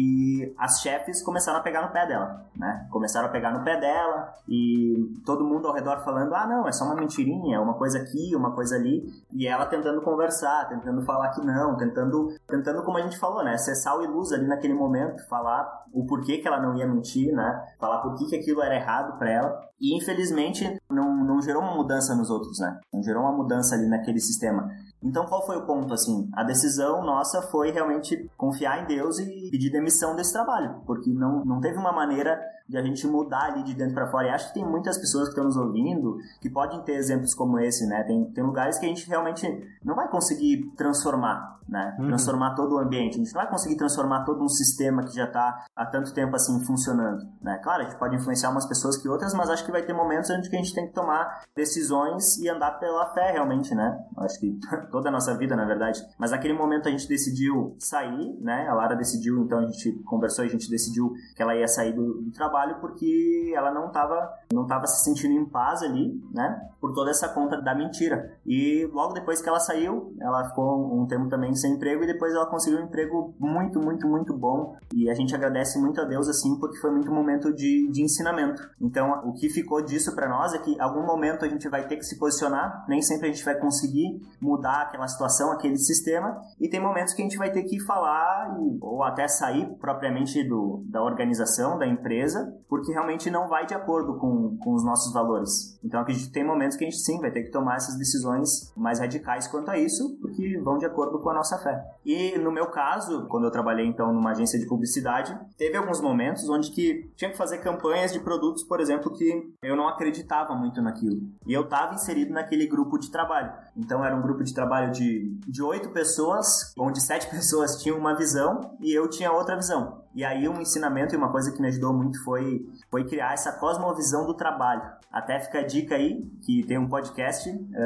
e as chefes começaram a pegar no pé dela, né? Começaram a pegar no pé dela, e todo mundo ao redor falando, não, é só uma mentirinha, uma coisa aqui, uma coisa ali, e ela tentando conversar, tentando falar que não, tentando como a gente falou, né? Ser sal e luz ali naquele momento, falar o porquê que ela não ia mentir, né? Falar por que aquilo era errado para ela, e infelizmente não gerou uma mudança nos outros, né? Não gerou uma mudança ali naquele sistema. Então, qual foi o ponto, assim? A decisão nossa foi realmente confiar em Deus e pedir demissão desse trabalho, porque não teve uma maneira de a gente mudar ali de dentro para fora. E acho que tem muitas pessoas que estão nos ouvindo que podem ter exemplos como esse, né? Tem lugares que a gente realmente não vai conseguir transformar, né? Transformar todo o ambiente. A gente não vai conseguir transformar todo um sistema que já está há tanto tempo assim funcionando, né? Claro, a gente pode influenciar umas pessoas que outras, mas acho que vai ter momentos onde que a gente tem que tomar decisões e andar pela fé realmente, né? Acho que toda a nossa vida, na verdade. Mas naquele momento a gente decidiu sair, né? A Lara decidiu, então a gente conversou e a gente decidiu que ela ia sair do trabalho porque ela não tava se sentindo em paz ali, né? Por toda essa conta da mentira. E logo depois que ela saiu, ela ficou um tempo também sem emprego e depois ela conseguiu um emprego muito, muito, muito bom. E a gente agradece muito a Deus, assim, porque foi muito momento de ensinamento. Então, o que ficou disso pra nós é que em algum momento a gente vai ter que se posicionar, nem sempre a gente vai conseguir mudar aquela situação, aquele sistema, e tem momentos que a gente vai ter que falar ou até sair propriamente da organização, da empresa, porque realmente não vai de acordo com os nossos valores. Então, acredito que tem momentos que a gente sim vai ter que tomar essas decisões mais radicais quanto a isso, porque vão de acordo com a nossa fé. E no meu caso, quando eu trabalhei então numa agência de publicidade, teve alguns momentos onde que tinha que fazer campanhas de produtos, por exemplo, que eu não acreditava muito naquilo. E eu estava inserido naquele grupo de trabalho. Então, era um grupo de trabalho de 8 pessoas, onde 7 pessoas tinham uma visão e eu tinha outra visão. E aí um ensinamento e uma coisa que me ajudou muito foi criar essa cosmovisão do trabalho. Até fica a dica aí, que tem um podcast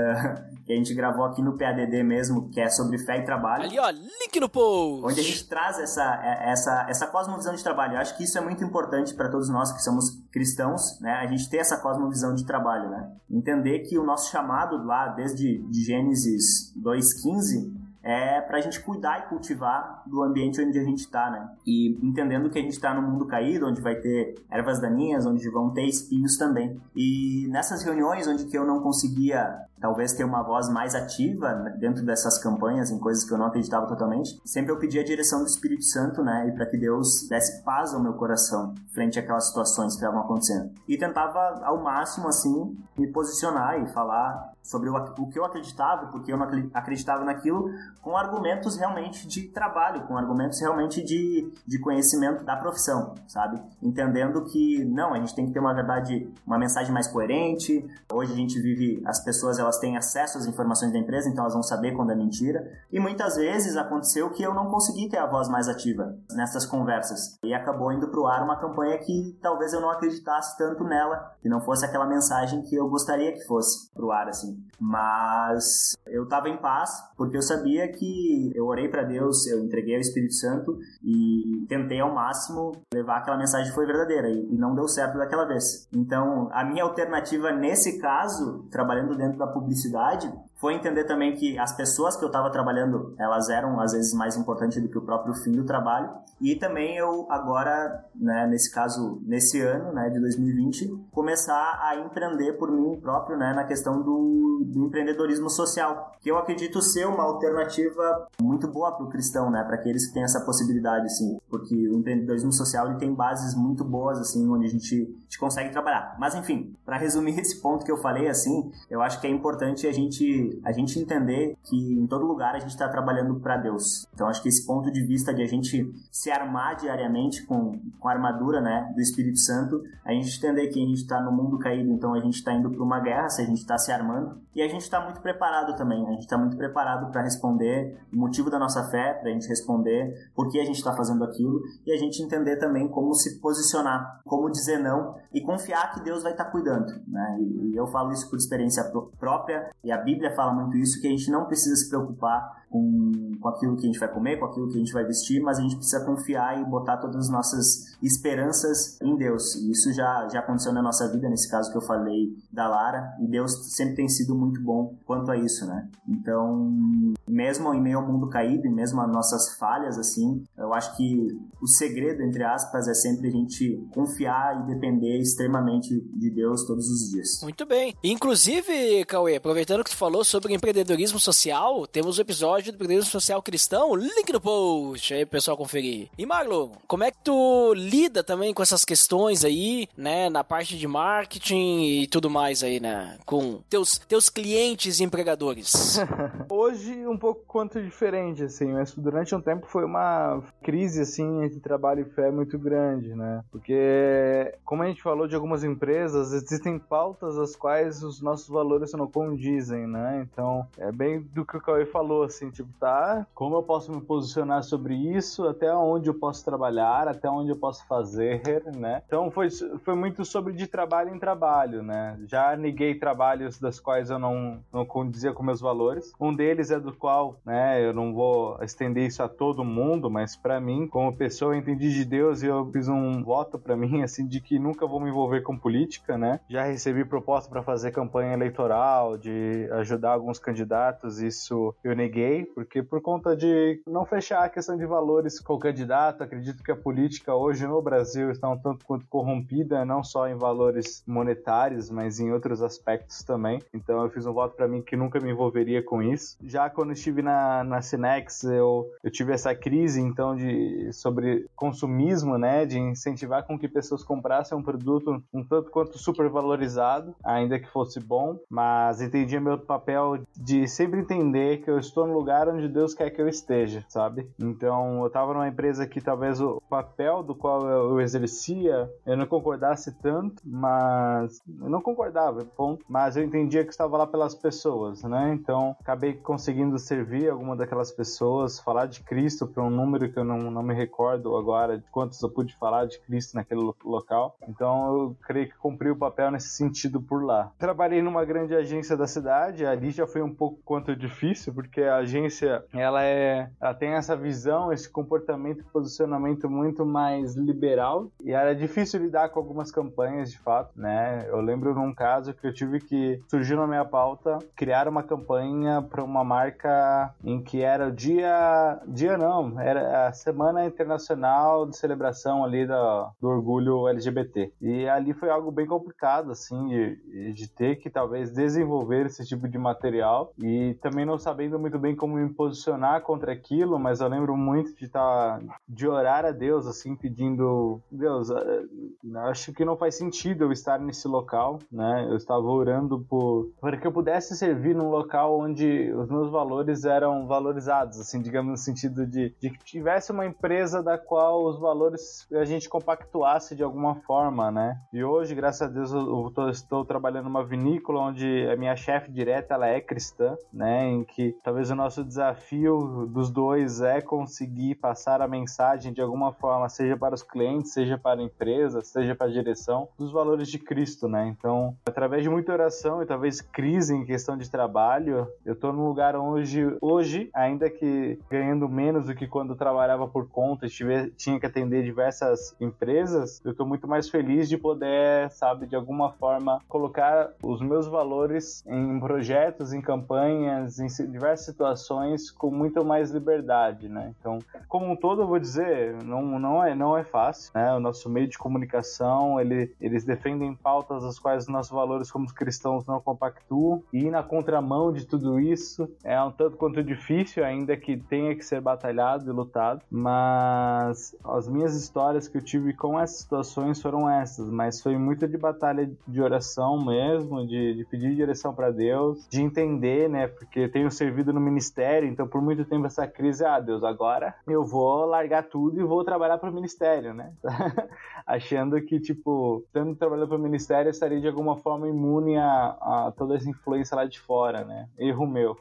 que a gente gravou aqui no PADD mesmo, que é sobre fé e trabalho. Ali, ó, link no post! Onde a gente traz essa cosmovisão de trabalho. Eu acho que isso é muito importante para todos nós que somos cristãos, né? A gente ter essa cosmovisão de trabalho, né? Entender que o nosso chamado lá, desde Gênesis 2:15, é pra gente cuidar e cultivar do ambiente onde a gente está, né? E entendendo que a gente está num mundo caído, onde vai ter ervas daninhas, onde vão ter espinhos também. E nessas reuniões onde que eu não conseguia talvez ter uma voz mais ativa dentro dessas campanhas, em coisas que eu não acreditava totalmente, sempre eu pedia a direção do Espírito Santo, né? E para que Deus desse paz ao meu coração frente àquelas situações que estavam acontecendo. E tentava ao máximo, assim, me posicionar e falar sobre o que eu acreditava, porque eu não acreditava naquilo, com argumentos realmente de trabalho, com argumentos realmente de conhecimento da profissão, sabe? Entendendo que, não, a gente tem que ter uma mensagem mais coerente. Hoje a gente vive, as pessoas elas têm acesso às informações da empresa, então elas vão saber quando é mentira. E muitas vezes aconteceu que eu não consegui ter a voz mais ativa nessas conversas. E acabou indo pro ar uma campanha que talvez eu não acreditasse tanto nela, que não fosse aquela mensagem que eu gostaria que fosse pro ar, assim. Mas eu tava em paz, porque eu sabia que eu orei para Deus, eu entreguei ao Espírito Santo e tentei ao máximo levar aquela mensagem que foi verdadeira, e não deu certo daquela vez. Então, a minha alternativa nesse caso, trabalhando dentro da publicidade, foi entender também que as pessoas que eu estava trabalhando, elas eram às vezes mais importantes do que o próprio fim do trabalho. E também eu agora, né, nesse caso, nesse ano, né, de 2020, começar a empreender por mim próprio, né, na questão do empreendedorismo social, que eu acredito ser uma alternativa muito boa para o cristão, né, para aqueles que têm essa possibilidade, assim, porque o empreendedorismo social ele tem bases muito boas, assim, onde a gente consegue trabalhar. Mas enfim, para resumir esse ponto que eu falei, assim, eu acho que é importante a gente entender que em todo lugar a gente está trabalhando para Deus. Então acho que esse ponto de vista de a gente se armar diariamente com a armadura, né, do Espírito Santo, a gente entender que a gente está no mundo caído, então a gente está indo para uma guerra, se a gente está se armando, e a gente está muito preparado também, a gente está muito preparado para responder o motivo da nossa fé, para a gente responder por que a gente está fazendo aquilo, e a gente entender também como se posicionar, como dizer não, e confiar que Deus vai estar cuidando, né? E eu falo isso por experiência própria, e a Bíblia fala muito isso, que a gente não precisa se preocupar com aquilo que a gente vai comer, com aquilo que a gente vai vestir, mas a gente precisa confiar e botar todas as nossas esperanças em Deus. E isso já aconteceu na nossa vida, nesse caso que eu falei da Lara, e Deus sempre tem sido muito bom quanto a isso, né? Então, mesmo em meio ao mundo caído, e mesmo as nossas falhas, assim, eu acho que o segredo, entre aspas, é sempre a gente confiar e depender extremamente de Deus todos os dias. Muito bem. Inclusive, Cauê, aproveitando que tu falou sobre empreendedorismo social, temos o episódio do empreendedorismo social cristão, link no post aí pro pessoal conferir. E Marlon, como é que tu lida também com essas questões aí, né, na parte de marketing e tudo mais aí, né, com teus clientes e empregadores? Hoje um pouco quanto diferente, assim, mas durante um tempo foi uma crise, assim, entre trabalho e fé muito grande, né, porque como a gente falou de algumas empresas, existem pautas as quais os nossos valores não condizem, né, então é bem do que o Cauê falou, assim, tipo, tá, como eu posso me posicionar sobre isso, até onde eu posso trabalhar, até onde eu posso fazer, né, então foi muito sobre de trabalho em trabalho, né, já neguei trabalhos das quais eu não condizia com meus valores, um deles é do qual, né, eu não vou estender isso a todo mundo, mas pra mim, como pessoa, eu entendi de Deus e eu fiz um voto pra mim, assim, de que nunca vou me envolver com política, né, já recebi proposta pra fazer campanha eleitoral, de ajudar alguns candidatos, isso eu neguei, porque por conta de não fechar a questão de valores com o candidato, acredito que a política hoje no Brasil está um tanto quanto corrompida, não só em valores monetários, mas em outros aspectos também, então eu fiz um voto pra mim que nunca me envolveria com isso. Já quando estive na Cinex, eu tive essa crise, então, sobre consumismo, né, de incentivar com que pessoas comprassem um produto um tanto quanto supervalorizado, ainda que fosse bom, mas entendi meu papel de sempre entender que eu estou no lugar onde Deus quer que eu esteja, sabe? Então, eu estava numa empresa que talvez o papel do qual eu exercia, eu não concordasse tanto, mas eu não concordava, ponto, mas eu entendia que estava lá pelas pessoas, né? Então, acabei conseguindo servir alguma daquelas pessoas, falar de Cristo para um número que eu não me recordo agora de quantos eu pude falar de Cristo naquele local. Então, eu creio que cumpri o papel nesse sentido por lá. Trabalhei numa grande agência da cidade, ali já foi um pouco quanto difícil, porque a agência, ela tem essa visão, esse comportamento, posicionamento muito mais liberal, e era difícil lidar com algumas campanhas, de fato, né? Eu lembro num caso que eu tive que, surgiu na minha pauta, criar uma campanha para uma marca em que era era a Semana Internacional de Celebração ali do Orgulho LGBT. E ali foi algo bem complicado, assim, de ter que talvez desenvolver esse tipo de material, e também não sabendo muito bem como me posicionar contra aquilo, mas eu lembro muito de orar a Deus, assim, pedindo, Deus, acho que não faz sentido eu estar nesse local, né? Eu estava orando para que eu pudesse servir num local onde os meus valores eram valorizados, assim, digamos, no sentido de que tivesse uma empresa da qual os valores a gente compactuasse de alguma forma, né? E hoje, graças a Deus, eu estou trabalhando numa vinícola onde a minha chefe direta, ela é cristã, né? Em que talvez o nosso desafio dos dois é conseguir passar a mensagem de alguma forma, seja para os clientes, seja para a empresa, seja para a direção, dos valores de Cristo, né? Então, através de muita oração e talvez crise em questão de trabalho, eu estou num lugar hoje, ainda que ganhando menos do que quando trabalhava por conta, tinha que atender diversas empresas, eu estou muito mais feliz de poder, sabe, de alguma forma, colocar os meus valores em projetos, em campanhas, em diversas situações com muito mais liberdade, né? Então, como um todo, eu vou dizer, não é fácil, né? O nosso meio de comunicação, eles defendem pautas as quais os nossos valores como cristãos não compactuam, e ir na contramão de tudo isso é um tanto quanto difícil, ainda que tenha que ser batalhado e lutado, mas as minhas histórias que eu tive com essas situações foram essas, mas foi muito de batalha de oração mesmo, de pedir direção para Deus, de entender, né, porque eu tenho servido no ministério, então por muito tempo essa crise, Deus, agora eu vou largar tudo e vou trabalhar para o ministério, né, achando que, tipo, estando trabalhando para o ministério, eu estaria de alguma forma imune a toda essa influência lá de fora, né, erro meu,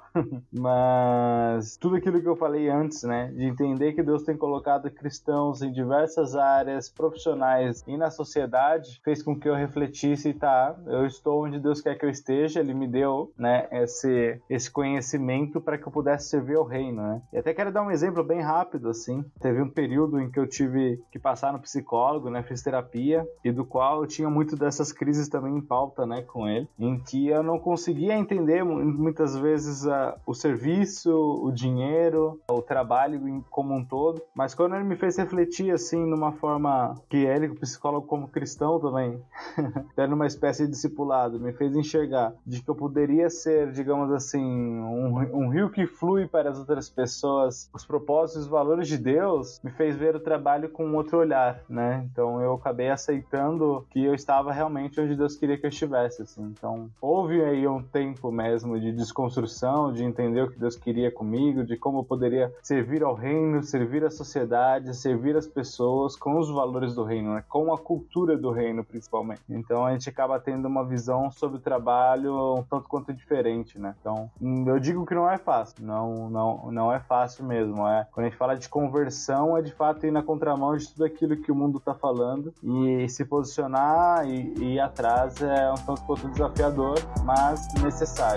mas tudo aquilo que eu falei antes, né, de entender que Deus tem colocado cristãos em diversas áreas profissionais e na sociedade, fez com que eu refletisse, eu estou onde Deus quer que eu esteja, Ele me deu, né, esse conhecimento para que eu pudesse servir ao reino, né. E até quero dar um exemplo bem rápido, assim. Teve um período em que eu tive que passar no psicólogo, né, fiz terapia, e do qual eu tinha muito dessas crises também em pauta, né, com ele, em que eu não conseguia entender muitas vezes o serviço, o dinheiro, o trabalho como um todo, mas quando ele me fez refletir, assim, numa forma que ele, o psicólogo como cristão também, tendo uma espécie de discipulado, me fez enxergar de que eu poderia ser, digamos assim, um rio que flui para as outras pessoas, os propósitos e os valores de Deus, me fez ver o trabalho com um outro olhar, né? Então eu acabei aceitando que eu estava realmente onde Deus queria que eu estivesse, assim. Então houve aí um tempo mesmo de desconstrução, de entender o que Deus queria comigo, de como eu poderia servir ao reino, servir à sociedade, servir as pessoas com os valores do reino, né? Com a cultura do reino, principalmente. Então a gente acaba tendo uma visão sobre o trabalho um tanto quanto diferente, né? Então eu digo que não é fácil, não é fácil mesmo. Quando a gente fala de conversão, é de fato ir na contramão de tudo aquilo que o mundo está falando, e se posicionar e ir atrás é um tanto quanto desafiador, mas necessário.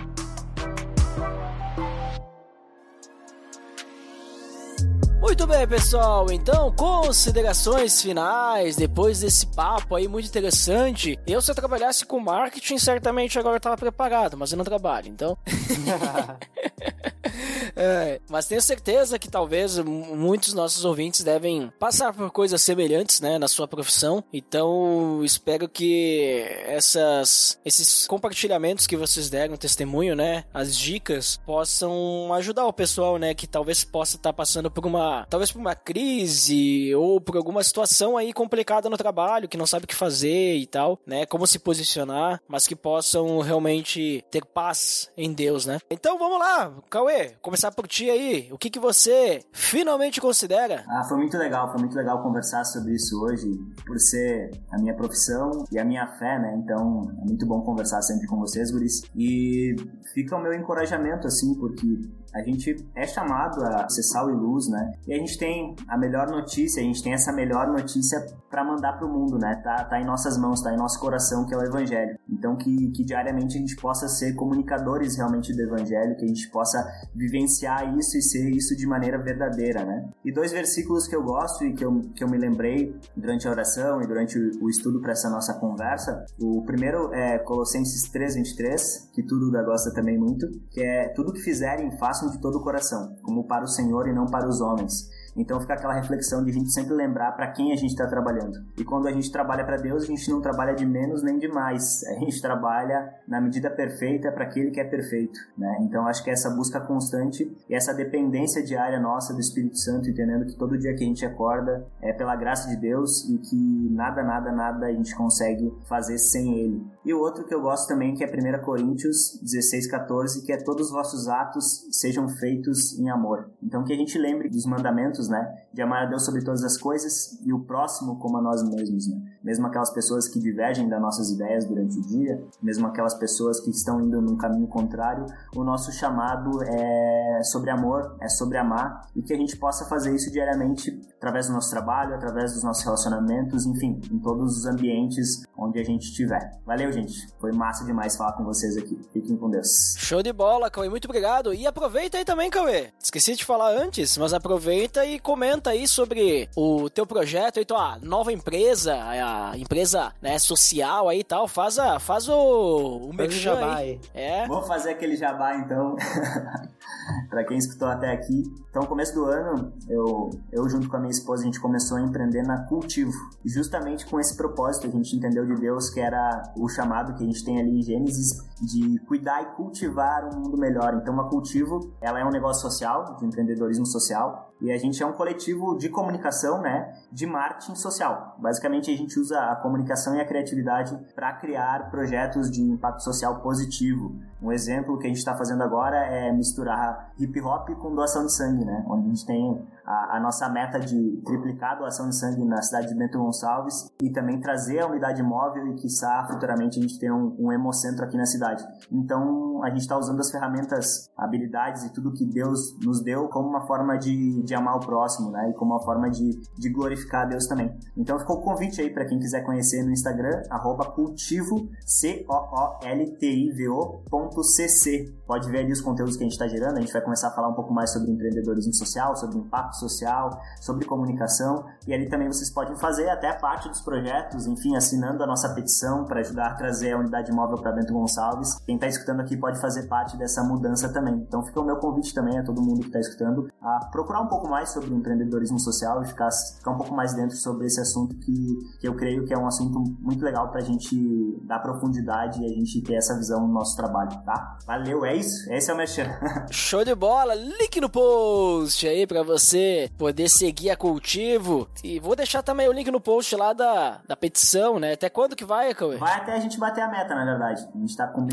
Muito bem, pessoal, então, considerações finais, depois desse papo aí muito interessante. Eu, se eu trabalhasse com marketing, certamente agora eu tava preparado, mas eu não trabalho, então... Mas tenho certeza que talvez muitos nossos ouvintes devem passar por coisas semelhantes, né, na sua profissão. Então espero que esses compartilhamentos que vocês deram, testemunho, né, as dicas, possam ajudar o pessoal, né, que talvez possa estar passando por uma crise ou por alguma situação aí complicada no trabalho, que não sabe o que fazer e tal, né, como se posicionar, mas que possam realmente ter paz em Deus, né. Então vamos lá, Cauê, começar por ti aí, o que você finalmente considera? Foi muito legal conversar sobre isso hoje, por ser a minha profissão e a minha fé, né, então é muito bom conversar sempre com vocês, guris, e fica o meu encorajamento, assim, porque a gente é chamado a ser sal e luz, né, e a gente tem a melhor notícia, a gente tem essa melhor notícia para mandar pro mundo, né, tá em nossas mãos, tá em nosso coração, que é o Evangelho, então que diariamente a gente possa ser comunicadores realmente do Evangelho, que a gente possa vivenciar isso e ser isso de maneira verdadeira, né? E 2 versículos que eu gosto e que eu me lembrei durante a oração e durante o estudo para essa nossa conversa. O primeiro é Colossenses 3:23, que tudo gosta também muito, que é: tudo que fizerem, façam de todo o coração, como para o Senhor e não para os homens. Então fica aquela reflexão de a gente sempre lembrar para quem a gente está trabalhando. E quando a gente trabalha para Deus, a gente não trabalha de menos nem de mais. A gente trabalha na medida perfeita para aquele que é perfeito, né? Então acho que essa busca constante e essa dependência diária nossa do Espírito Santo, entendendo que todo dia que a gente acorda é pela graça de Deus e que nada a gente consegue fazer sem Ele. E o outro que eu gosto também, que é 1 Coríntios 16:14, que é todos os vossos atos sejam feitos em amor. Então que a gente lembre dos mandamentos, né? De amar a Deus sobre todas as coisas e o próximo como a nós mesmos, né? Mesmo aquelas pessoas que divergem das nossas ideias durante o dia, mesmo aquelas pessoas que estão indo num caminho contrário, o nosso chamado é sobre amor, é sobre amar, e que a gente possa fazer isso diariamente através do nosso trabalho, através dos nossos relacionamentos, enfim, em todos os ambientes onde a gente estiver. Valeu, gente. Foi massa demais falar com vocês aqui. Fiquem com Deus. Show de bola, Cauê. Muito obrigado. E aproveita aí também, Cauê. Esqueci de falar antes, mas aproveita e comenta aí sobre o teu projeto, aí, tua nova empresa, a empresa, né, social aí e tal. Faz o merchan aí. É. Vou fazer aquele jabá, então. Pra quem escutou até aqui. Então, no começo do ano, eu junto com a minha esposa, a gente começou a empreender na Cultivo. E justamente com esse propósito, a gente entendeu de Deus que era o chamado que a gente tem ali em Gênesis de cuidar e cultivar um mundo melhor. Então, a Cultivo, ela é um negócio social, de empreendedorismo social. E a gente é um coletivo de comunicação, né, de marketing social. Basicamente, a gente usa a comunicação e a criatividade para criar projetos de impacto social positivo. Um exemplo que a gente está fazendo agora é misturar hip hop com doação de sangue, né, onde a gente tem a nossa meta de triplicar a doação de sangue na cidade de Bento Gonçalves e também trazer a unidade móvel e, quiçá, futuramente a gente ter um hemocentro aqui na cidade. Então, a gente está usando as ferramentas, habilidades e tudo que Deus nos deu como uma forma de amar o próximo, né? E como uma forma de glorificar a Deus também. Então, ficou o convite aí para quem quiser conhecer no Instagram, @cultivo, COOLTIVO.cc. Pode ver ali os conteúdos que a gente está gerando. A gente vai começar a falar um pouco mais sobre empreendedorismo social, sobre impacto social, sobre comunicação. E ali também vocês podem fazer até parte dos projetos, enfim, assinando a nossa petição para ajudar a trazer a unidade móvel para Bento Gonçalves. Quem está escutando aqui pode fazer parte dessa mudança também. Então fica o meu convite também a todo mundo que está escutando a procurar um pouco mais sobre empreendedorismo social e ficar um pouco mais dentro sobre esse assunto que eu creio que é um assunto muito legal para a gente dar profundidade e a gente ter essa visão no nosso trabalho, tá? Valeu, é isso? Esse é o merchan. Show de bola! Link no post aí para você poder seguir a Cultivo. E vou deixar também o link no post lá da petição, né? Até quando que vai, Cauê? Vai até a gente bater a meta, na verdade. A gente tá com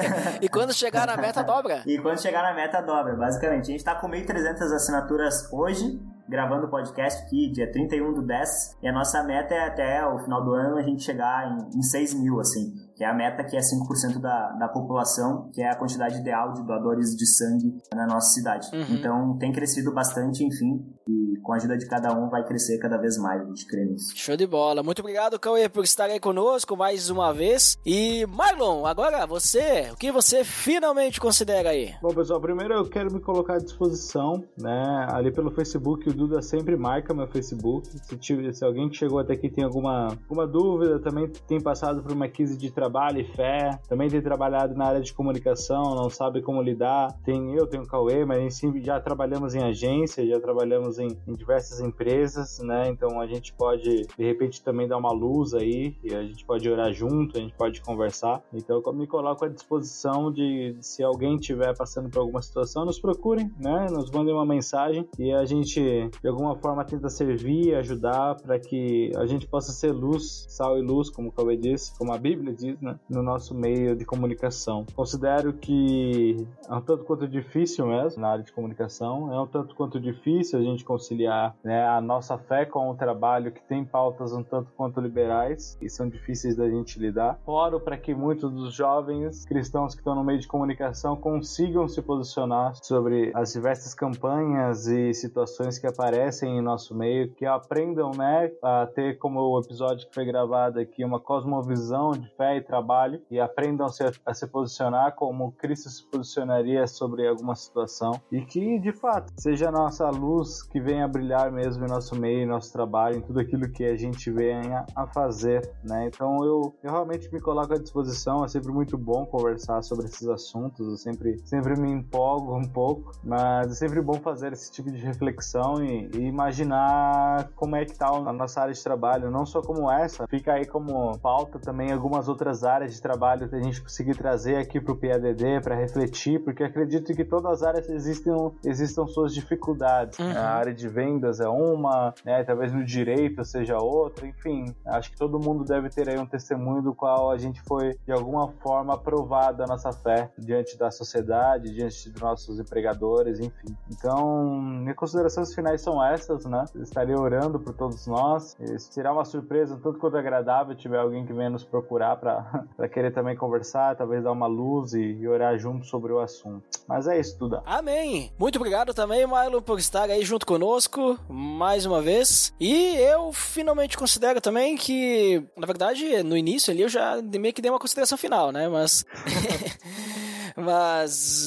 E quando chegar na meta, dobra? E quando chegar na meta, dobra, basicamente. A gente tá com 1.300 assinaturas hoje, gravando o podcast aqui, dia 31/10, e a nossa meta é até o final do ano a gente chegar em 6.000, assim, que é a meta que é 5% da população, que é a quantidade ideal de doadores de sangue na nossa cidade. Uhum. Então, tem crescido bastante, enfim, e com a ajuda de cada um vai crescer cada vez mais, a gente crê nisso. Show de bola. Muito obrigado, Cauê, por estar aí conosco mais uma vez. E, Marlon, agora o que você finalmente considera aí? Bom, pessoal, primeiro eu quero me colocar à disposição, né, ali pelo Facebook. O Duda sempre marca meu Facebook. Se alguém que chegou até aqui tem alguma dúvida, também tem passado por uma crise de trabalho e fé, também tem trabalhado na área de comunicação, não sabe como lidar, tenho o Cauê, mas a gente já trabalhamos em agência, já trabalhamos em diversas empresas, né, então a gente pode, de repente, também dar uma luz aí, e a gente pode orar junto, a gente pode conversar, então eu me coloco à disposição de, se alguém estiver passando por alguma situação, nos procurem, né, nos mandem uma mensagem, e a gente, de alguma forma, tenta servir, ajudar, para que a gente possa ser luz, sal e luz, como o Cauê disse, como a Bíblia diz, né, no nosso meio de comunicação. Considero que é um tanto quanto difícil mesmo na área de comunicação, é um tanto quanto difícil a gente conciliar, né, a nossa fé com o trabalho que tem pautas um tanto quanto liberais e são difíceis da gente lidar. Oro para que muitos dos jovens cristãos que estão no meio de comunicação consigam se posicionar sobre as diversas campanhas e situações que aparecem em nosso meio, que aprendam, né, a ter, como o episódio que foi gravado aqui, uma cosmovisão de fé e trabalho, e aprendam a se posicionar como Cristo se posicionaria sobre alguma situação, e que, de fato, seja a nossa luz que venha a brilhar mesmo em nosso meio, em nosso trabalho, em tudo aquilo que a gente venha a fazer, né? Então eu realmente me coloco à disposição, é sempre muito bom conversar sobre esses assuntos, eu sempre me empolgo um pouco, mas é sempre bom fazer esse tipo de reflexão filme e imaginar como é que tá a nossa área de trabalho, não só como essa, fica aí como pauta também algumas outras áreas de trabalho que a gente conseguir trazer aqui pro PADD para refletir, porque acredito que todas as áreas existam suas dificuldades. A área de vendas é uma, né, talvez no direito seja outra, enfim, acho que todo mundo deve ter aí um testemunho do qual a gente foi de alguma forma aprovado a nossa fé diante da sociedade, diante dos nossos empregadores, enfim. Então, minhas considerações finais são essas, né? Estarei orando por todos nós. Será uma surpresa, tanto quanto agradável, tiver alguém que venha nos procurar para querer também conversar, talvez dar uma luz e orar junto sobre o assunto. Mas é isso, Duda. Amém! Muito obrigado também, Marlon, por estar aí junto conosco mais uma vez. E eu finalmente considero também que, na verdade, no início ali eu já meio que dei uma consideração final, né? Mas... Mas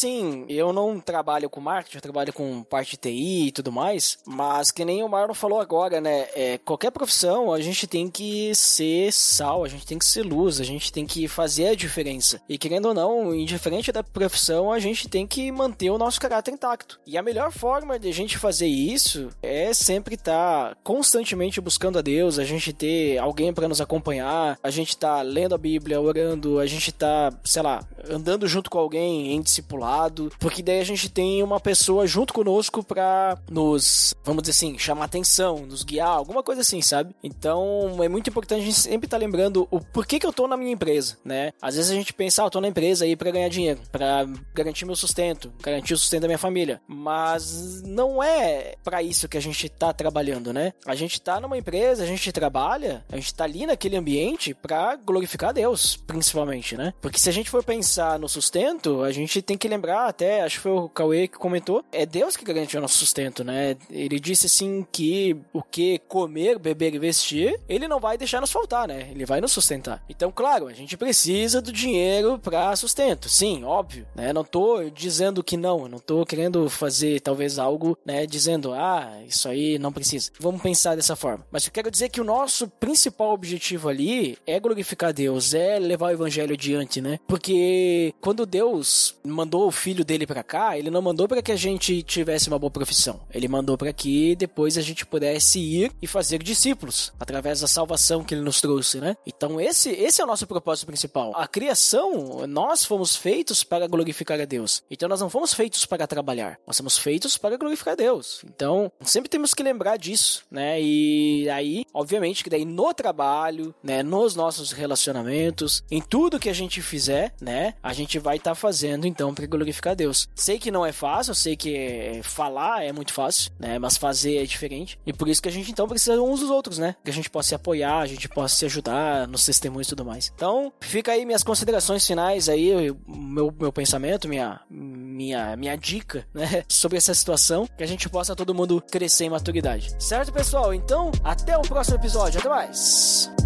eu não trabalho com marketing, eu trabalho com parte de TI e tudo mais, mas que nem o Marlon falou agora, né, qualquer profissão a gente tem que ser sal, a gente tem que ser luz, a gente tem que fazer a diferença. E querendo ou não, indiferente da profissão, a gente tem que manter o nosso caráter intacto. E a melhor forma de a gente fazer isso é sempre estar constantemente buscando a Deus, a gente ter alguém para nos acompanhar, a gente tá lendo a Bíblia, orando, a gente tá, sei lá, andando junto com alguém em discipulado, porque daí a gente tem uma pessoa junto conosco pra nos, vamos dizer assim, chamar atenção, nos guiar, alguma coisa assim, sabe? Então é muito importante a gente sempre estar lembrando o porquê que eu tô na minha empresa, né? Às vezes a gente pensa, eu tô na empresa aí pra ganhar dinheiro, pra garantir meu sustento, garantir o sustento da minha família, mas não é pra isso que a gente tá trabalhando, né? A gente tá numa empresa, a gente trabalha, a gente tá ali naquele ambiente pra glorificar a Deus, principalmente, né? Porque se a gente for pensar no sustento, a gente tem que lembrar, até, acho que foi o Cauê que comentou, é Deus que garante o nosso sustento, né? Ele disse assim que o que comer, beber e vestir, ele não vai deixar nos faltar, né? Ele vai nos sustentar. Então, claro, a gente precisa do dinheiro para sustento, sim, óbvio, né? Não tô dizendo que não tô querendo fazer talvez algo, né, dizendo, isso aí não precisa. Vamos pensar dessa forma. Mas eu quero dizer que o nosso principal objetivo ali é glorificar Deus, é levar o evangelho adiante, né? Porque quando Deus mandou o filho dele pra cá, ele não mandou pra que a gente tivesse uma boa profissão. Ele mandou pra que depois a gente pudesse ir e fazer discípulos, através da salvação que ele nos trouxe, né? Então esse é o nosso propósito principal. A criação, nós fomos feitos para glorificar a Deus. Então nós não fomos feitos para trabalhar, nós somos feitos para glorificar a Deus. Então sempre temos que lembrar disso, né? E aí, obviamente, que daí no trabalho, né, nos nossos relacionamentos, em tudo que a gente fizer, né, a gente vai estar fazendo então para glorificar a Deus. Sei que não é fácil, eu sei que falar é muito fácil, né, mas fazer é diferente. E por isso que a gente então precisa uns dos outros, né, que a gente possa se apoiar, a gente possa se ajudar nos testemunhos e tudo mais. Então, fica aí minhas considerações finais aí, meu pensamento, minha dica, né, sobre essa situação, que a gente possa todo mundo crescer em maturidade. Certo, pessoal? Então, até o próximo episódio. Até mais!